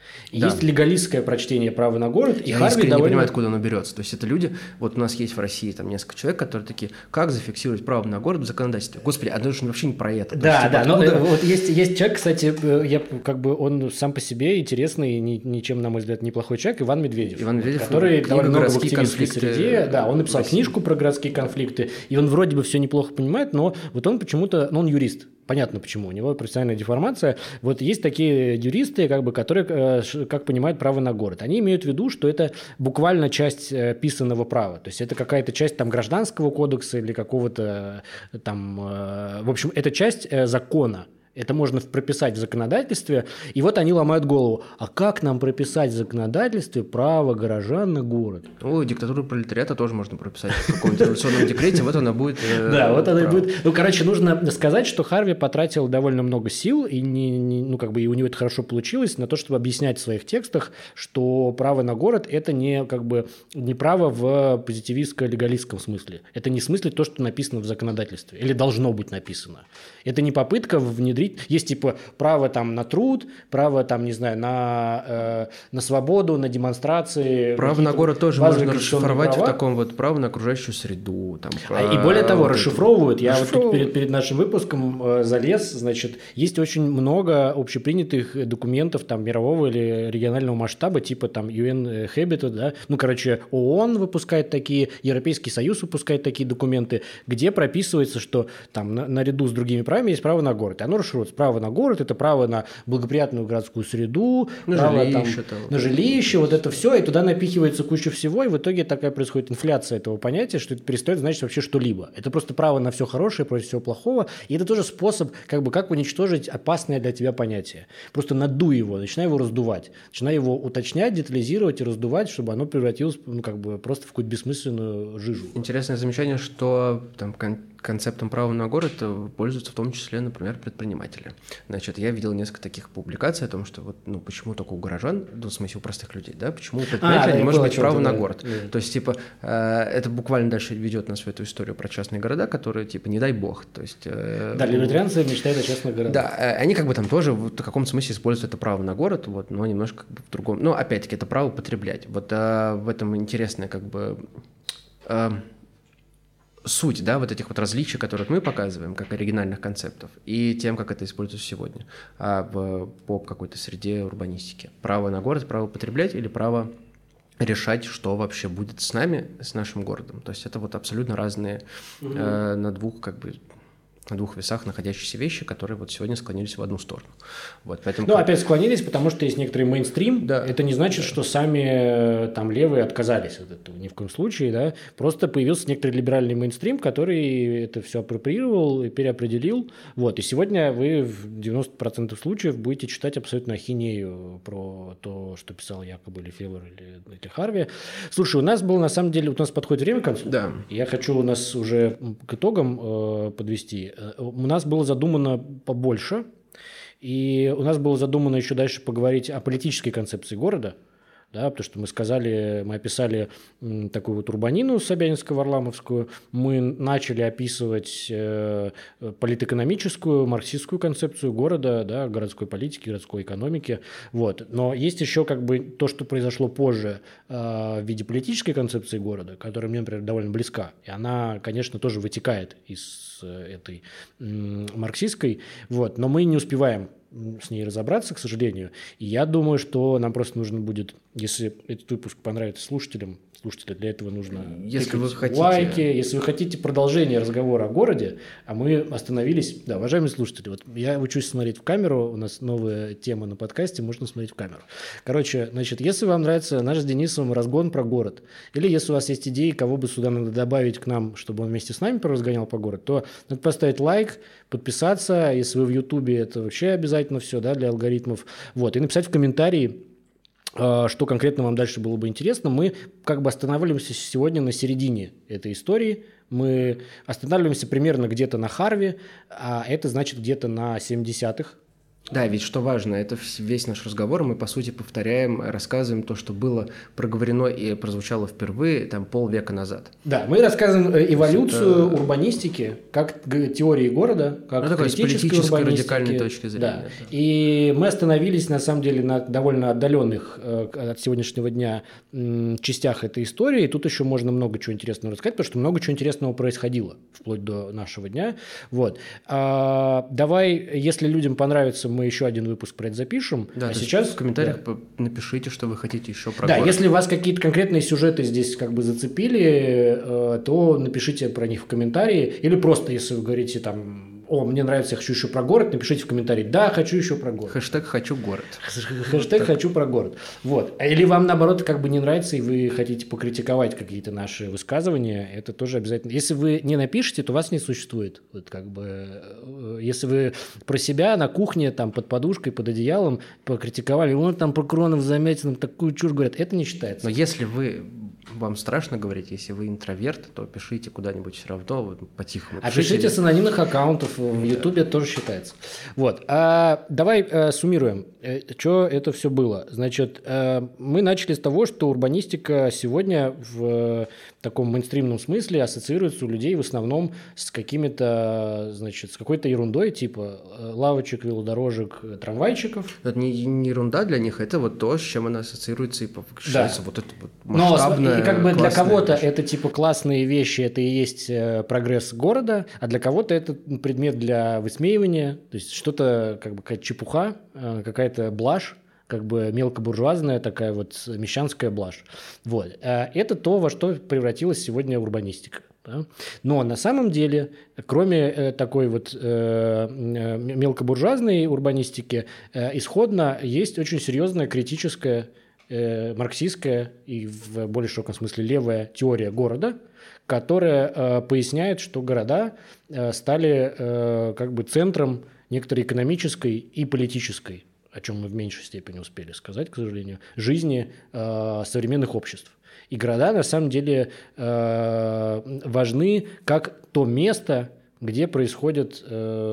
И Да. есть легалистское прочтение права на город, и Я Харви искренне довольно... не понимаю, откуда оно берется. То есть это люди, вот у нас есть в России там несколько человек, которые такие, как зафиксировать право на город в законодательстве? Господи, а даже вообще не про это. То Да, есть, да, типа, но откуда- э, вот есть, есть человек, кстати, э, я как бы он сам по себе интересный, ни- ничем, на мой взгляд, неплохой человек, Иван Медведев. Иван Медведев, который книга довольно много в «Городские активистской конфликты среде. Да, он написал в России». книжку про городские конфликты, и он вроде бы все неплохо понимает, но вот он почему-то, ну, он юрист. Понятно почему, у него профессиональная деформация. Вот есть такие юристы, как бы, которые, э, ш- как понимают, право на город. Они имеют в виду, что это буквально часть э, писанного права. То есть это какая-то часть там гражданского кодекса или какого-то э, там... э, в общем, это часть э, закона. Это можно в- прописать в законодательстве. И вот они ломают голову. А как нам прописать в законодательстве право горожан на город? Ну, диктатуру пролетариата тоже можно прописать в каком-то революционном декрете, вот она будет. э, Да, вот она и право. будет. Ну, короче, нужно сказать, что Харви потратил довольно много сил, и не, не- ну, как бы и у него это хорошо получилось, на то, чтобы объяснять в своих текстах, что право на город – это не, как бы, не право в позитивистско-легалистском смысле. Это не в смысле то, что написано в законодательстве, или должно быть написано. Это не попытка внедрить. Есть типа право там на труд, право там, не знаю, на, э, на свободу, на демонстрации. Право на какие-то город тоже базовые можно конституционные расшифровать в права. таком вот право на окружающую среду. Там, А, И более того, вот это. расшифровывают. Я вот тут Расшифровывают. перед, перед нашим выпуском э, залез, значит, есть очень много общепринятых документов там мирового или регионального масштаба, типа там ю эн Habitat, да, ну, короче, ООН выпускает такие, Европейский Союз выпускает такие документы, где прописывается, что там на- наряду с другими правами есть право на город. И оно расшифровывается. Право на город – это право на благоприятную городскую среду, На право жилище там, там. на жилище, вот это все, и туда напихивается куча всего, и в итоге такая происходит инфляция этого понятия, что это перестает значить вообще что-либо. Это просто право на все хорошее против всего плохого, и это тоже способ, как бы, как уничтожить опасное для тебя понятие. Просто надуй его, начинай его раздувать, начинай его уточнять, детализировать и раздувать, чтобы оно превратилось, ну, как бы, просто в какую-то бессмысленную жижу. Интересное замечание, что там кон- концептом права на город э, пользуются в том числе, например, предприниматели. Значит, я видел несколько таких публикаций о том, что вот, ну, почему только у горожан, ну, в смысле у простых людей, да, почему у предпринимателя да, не и может было быть право что-то, на да. город. Да. То есть, типа, э, это буквально дальше ведет нас в эту историю про частные города, которые, типа, не дай бог. То есть, э, Да, либертарианцы мечтают о частных городах. да, э, они как бы там тоже в каком-то смысле используют это право на город, вот, но немножко как бы в другом. Но опять-таки это право потреблять. Вот э, в этом интересная как бы э, суть, да, вот этих вот различий, которые мы показываем, как оригинальных концептов, и тем, как это используется сегодня а в поп какой-то среде урбанистики. Право на город, право потреблять или право решать, что вообще будет с нами, с нашим городом. То есть это вот абсолютно разные Мгм. э, на двух как бы на двух весах находящиеся вещи, которые вот сегодня склонились в одну сторону. Вот, поэтому... Ну, опять склонились, потому что есть некоторый мейнстрим. Да. Это не значит, что сами э, там левые отказались от этого. Ни в коем случае, да. Просто появился некоторый либеральный мейнстрим, который это все апроприировал и переопределил. Вот. И сегодня вы в девяноста процентах случаев будете читать абсолютно ахинею про то, что писал якобы или Февер, или, или Харви. Слушай, у нас было на самом деле, у нас подходит время к концу. Да. Я хочу у нас уже к итогам э, подвести. Э, У нас было задумано побольше, и у нас было задумано еще дальше поговорить о политической концепции города, да, потому что мы сказали, мы описали м, такую вот урбанину собянинско-варламовскую, мы начали описывать э, политэкономическую, марксистскую концепцию города, да, городской политики, городской экономики, вот. Но есть еще как бы то, что произошло позже э, в виде политической концепции города, которая мне, например, довольно близка, и она, конечно, тоже вытекает из э, этой м, марксистской, вот, но мы не успеваем с ней разобраться, к сожалению. И я думаю, что нам просто нужно будет, если этот выпуск понравится слушателям, слушателям для этого нужно Если вы тыкать хотите- лайки, если вы хотите продолжение разговора о городе, а мы остановились... Да, уважаемые слушатели, вот я учусь смотреть в камеру, у нас новая тема на подкасте, можно смотреть в камеру. Короче, значит, если вам нравится наш с Денисом разгон про город, или если у вас есть идеи, кого бы сюда надо добавить к нам, чтобы он вместе с нами поразгонял по городу, то надо поставить лайк, подписаться, если вы в Ютубе, это вообще обязательно все, да, для алгоритмов, вот, и написать в комментарии, э, что конкретно вам дальше было бы интересно. Мы как бы останавливаемся сегодня на середине этой истории, мы останавливаемся примерно где-то на Харви, а это значит где-то на семидесятых. Да, ведь что важно, это весь наш разговор, мы, по сути, повторяем, рассказываем то, что было проговорено и прозвучало впервые там полвека назад. Да, мы рассказываем эволюцию это... урбанистики, как теории города, как ну, критической урбанистики. Радикальной точки зрения. Да. Да. И мы остановились, на самом деле, на довольно отдаленных от сегодняшнего дня частях этой истории. И тут еще можно много чего интересного рассказать, потому что много чего интересного происходило вплоть до нашего дня. Вот. А, давай, если людям понравится, мы еще один выпуск про это запишем. Да, а сейчас в комментариях да. напишите, что вы хотите еще про Да, город. Если вас какие-то конкретные сюжеты здесь как бы зацепили, то напишите про них в комментарии. Или просто, если вы говорите там... О, мне нравится, я хочу еще про город, напишите в комментарии. Да, хочу еще про город. Хэштег «хочу город». Хэштег «хочу про город». Вот. Или вам, наоборот, как бы не нравится, и вы хотите покритиковать какие-то наши высказывания, это тоже обязательно. Если вы не напишете, то вас не существует. Вот как бы, если вы про себя на кухне, там, под подушкой, под одеялом покритиковали, он там про Кронов заметил, такую чушь говорят, это не считается. Но если вы... Вам страшно говорить, если вы интроверт, то пишите куда-нибудь все равно, вот, по-тихому. А пишите с анонимных аккаунтов, в Ютубе это тоже считается. Вот. А, давай а, суммируем, что это все было. Значит, а, мы начали с того, что урбанистика сегодня в таком мейнстримном смысле ассоциируется у людей в основном с какими-то, значит, с какой-то ерундой, типа лавочек, велодорожек, трамвайчиков. Это не, не ерунда для них, это вот то, с чем она ассоциируется и повышается да. вот это вот масштабное. Но и как бы для кого-то вещь. Это типа классные вещи, это и есть прогресс города, а для кого-то это предмет для высмеивания, то есть что-то как бы какая-то чепуха, какая-то блажь, как бы мелкобуржуазная такая вот мещанская блажь. Вот. Это то, во что превратилась сегодня урбанистика. Да? Но на самом деле, кроме такой вот э, мелкобуржуазной урбанистики, э, исходно есть очень серьезная критическая э, марксистская и в более широком смысле левая теория города, которая э, поясняет, что города э, стали э, как бы центром некоторой экономической и политической, о чем мы в меньшей степени успели сказать, к сожалению, жизни э, современных обществ. И города на самом деле э, важны как то место, где происходят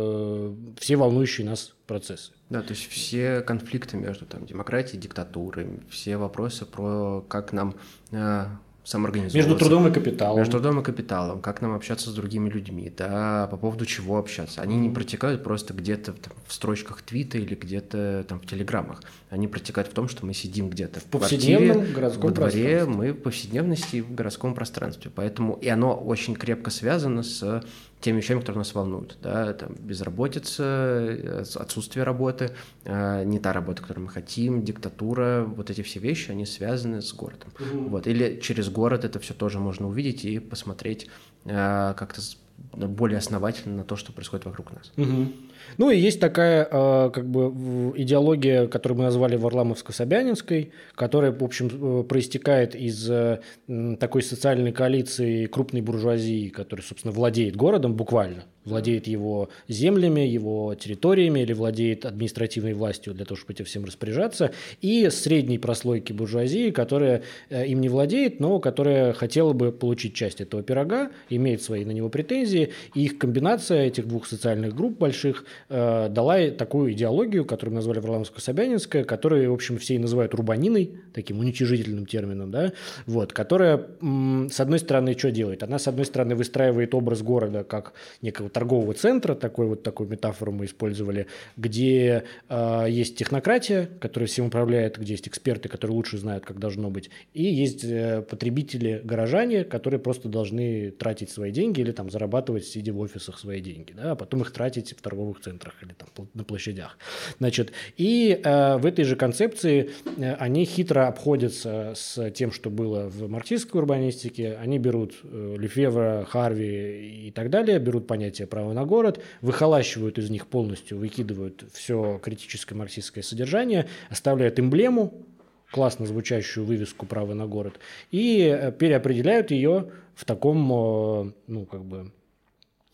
э, все волнующие нас процессы. Да, то есть все конфликты между там, демократией и диктатурой, все вопросы про как нам э, самоорганизовываться. Между трудом и капиталом. Между трудом и капиталом, как нам общаться с другими людьми, да, по поводу чего общаться. Они не протекают просто где-то там, в строчках твита или где-то там в телеграммах. Они протекают в том, что мы сидим где-то в, в повседневном квартире, городском во дворе, мы в повседневности в городском пространстве. Поэтому и оно очень крепко связано с теми вещами, которые нас волнуют. Да? Там безработица, отсутствие работы, не та работа, которую мы хотим, диктатура, вот эти все вещи, они связаны с городом. Mm-hmm. Вот. Или через город это все тоже можно увидеть и посмотреть как-то более основательно на то, что происходит вокруг нас. Mm-hmm. Ну и есть такая как бы идеология, которую мы назвали Варламовско-Собянинской, которая, в общем, проистекает из такой социальной коалиции крупной буржуазии, которая, собственно, владеет городом буквально, владеет его землями, его территориями или владеет административной властью для того, чтобы этим всем распоряжаться, и средней прослойки буржуазии, которая им не владеет, но которая хотела бы получить часть этого пирога, имеет свои на него претензии, и их комбинация этих двух социальных групп больших э, дала такую идеологию, которую мы назвали Варламовско-Собянинская, которую, в общем, все и называют урбаниной, таким уничижительным термином, да, вот, которая, м, с одной стороны, что делает? Она, с одной стороны, выстраивает образ города как некого торгового центра, такой вот такую метафору мы использовали, где э, есть технократия, которая всем управляет, где есть эксперты, которые лучше знают, как должно быть, и есть э, потребители, горожане, которые просто должны тратить свои деньги или там зарабатывать, сидя в офисах, свои деньги, да, а потом их тратить в торговых центрах или там на площадях. Значит, и э, в этой же концепции э, они хитро обходятся с тем, что было в марксистской урбанистике. Они берут э, Лефевра, Харви и так далее, берут понятие права на город, выхолащивают из них полностью, выкидывают все критическое марксистское содержание, оставляют эмблему, классно звучащую вывеску «Право на город», и переопределяют ее в таком, ну, как бы,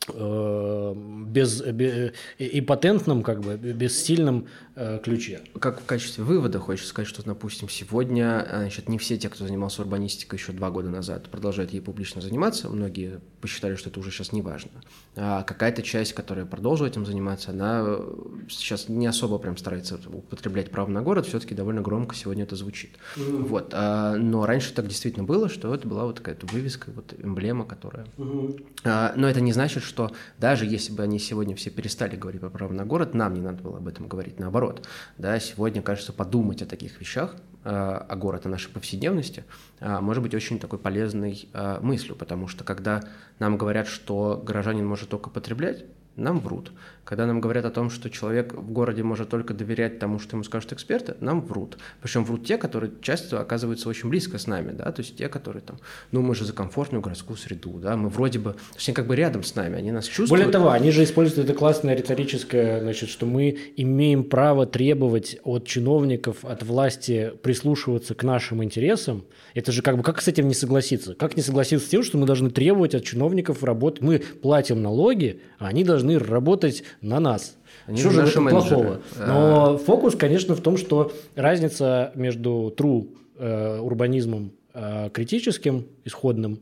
без, без и патентном, как бы, бессильном э, ключе. Как в качестве вывода хочется сказать, что, допустим, сегодня, значит, не все те, кто занимался урбанистикой еще два года назад, продолжают ей публично заниматься. Многие посчитали, что это уже сейчас не важно. А какая-то часть, которая продолжила этим заниматься, она сейчас не особо прям старается употреблять право на город, все-таки довольно громко сегодня это звучит. Mm-hmm. Вот. А, но раньше так действительно было, что это была вот какая-то вывеска, вот эмблема, которая... Mm-hmm. А, но это не значит, что что даже если бы они сегодня все перестали говорить про право на город, нам не надо было об этом говорить, наоборот. Да, сегодня, кажется, подумать о таких вещах, о городе, о нашей повседневности, может быть очень такой полезной мыслью, потому что когда нам говорят, что горожанин может только потреблять, нам врут. Когда нам говорят о том, что человек в городе может только доверять тому, что ему скажут эксперты, нам врут. Причем врут те, которые часто оказываются очень близко с нами, да, то есть те, которые там, ну мы же за комфортную городскую среду, да, мы вроде бы, то есть они как бы рядом с нами, они нас чувствуют. Более того, они же используют это классное риторическое, значит, что мы имеем право требовать от чиновников, от власти прислушиваться к нашим интересам. Это же как бы, как с этим не согласиться? Как не согласиться с тем, что мы должны требовать от чиновников работать? Мы платим налоги, а они должны работать на нас. Они что же в этом плохого? Но фокус, конечно, в том, что разница между true э, урбанизмом э, критическим, исходным,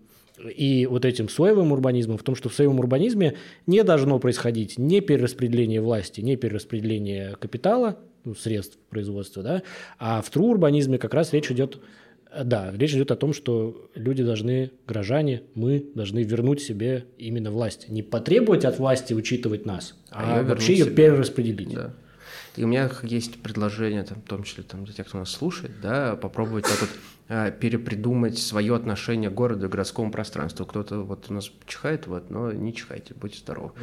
и вот этим соевым урбанизмом в том, что в соевом урбанизме не должно происходить ни перераспределение власти, ни перераспределение капитала, ну, средств производства, да, а в true урбанизме как раз речь идет... Да, речь идет о том, что люди должны, горожане, мы должны вернуть себе именно власть. Не потребовать от власти учитывать нас, а, а вообще ее себе. перераспределить. Да. И у меня есть предложение, там, в том числе там, для тех, кто нас слушает, да, попробовать так вот а, перепридумать свое отношение к городу и городскому пространству. Кто-то вот у нас чихает, вот, но не чихайте, будьте здоровы.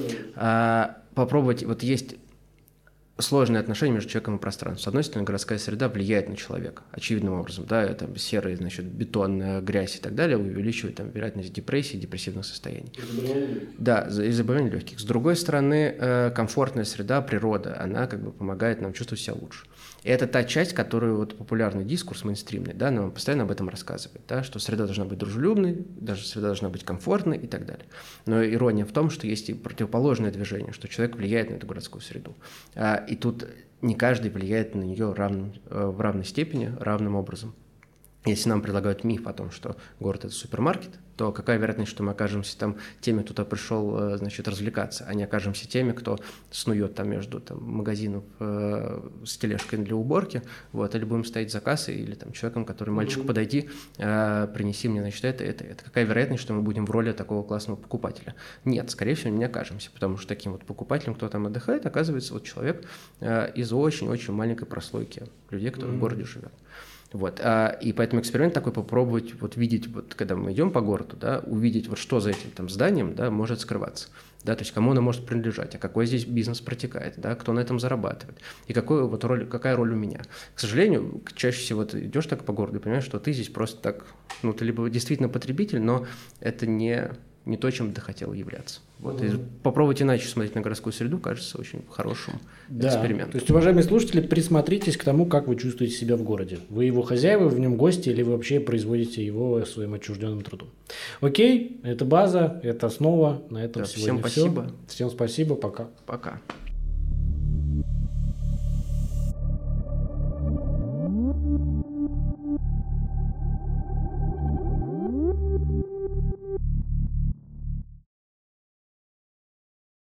А, попробовать, вот есть... сложные отношения между человеком и пространством. С одной стороны, городская среда влияет на человека очевидным образом, да, там серый, значит, бетон, грязь и так далее увеличивает там вероятность депрессии, депрессивных состояний. Да, и заболеваний легких. С другой стороны, комфортная среда, природа, она как бы помогает нам чувствовать себя лучше. И это та часть, которую вот популярный дискурс мейнстримный, да, нам постоянно об этом рассказывает, да, что среда должна быть дружелюбной, даже среда должна быть комфортной и так далее. Но ирония в том, что есть и противоположное движение, что человек влияет на эту городскую среду. И тут не каждый влияет на нее равным, в равной степени, равным образом. Если нам предлагают миф о том, что город – это супермаркет, то какая вероятность, что мы окажемся там теми, кто туда пришел, значит, развлекаться, а не окажемся теми, кто снует там между там, магазинов э, с тележкой для уборки, вот, или будем стоять за кассой, или там человеком, который, мальчик, подойди, э, принеси мне, значит, это, это, это. Какая вероятность, что мы будем в роли такого классного покупателя? Нет, скорее всего, не окажемся, потому что таким вот покупателем, кто там отдыхает, оказывается вот человек э, из очень-очень маленькой прослойки людей, кто mm-hmm. в городе живет. Вот, а, и поэтому эксперимент такой попробовать вот видеть, вот, когда мы идем по городу, да, увидеть, вот, что за этим там, зданием, да, может скрываться, да, то есть кому оно может принадлежать, а какой здесь бизнес протекает, да, кто на этом зарабатывает, и какой, вот, роль, какая роль у меня. К сожалению, чаще всего ты идешь так по городу и понимаешь, что ты здесь просто так, ну, ты либо действительно потребитель, но это не... не то, чем ты хотел являться. Вот. Mm-hmm. И попробовать иначе смотреть на городскую среду кажется очень хорошим да. экспериментом. То есть, уважаемые слушатели, присмотритесь к тому, как вы чувствуете себя в городе. Вы его хозяева, в нем гости, или вы вообще производите его своим отчужденным трудом. Окей, это база, это основа. На этом да, сегодня всем спасибо. все. Всем спасибо, пока. Пока.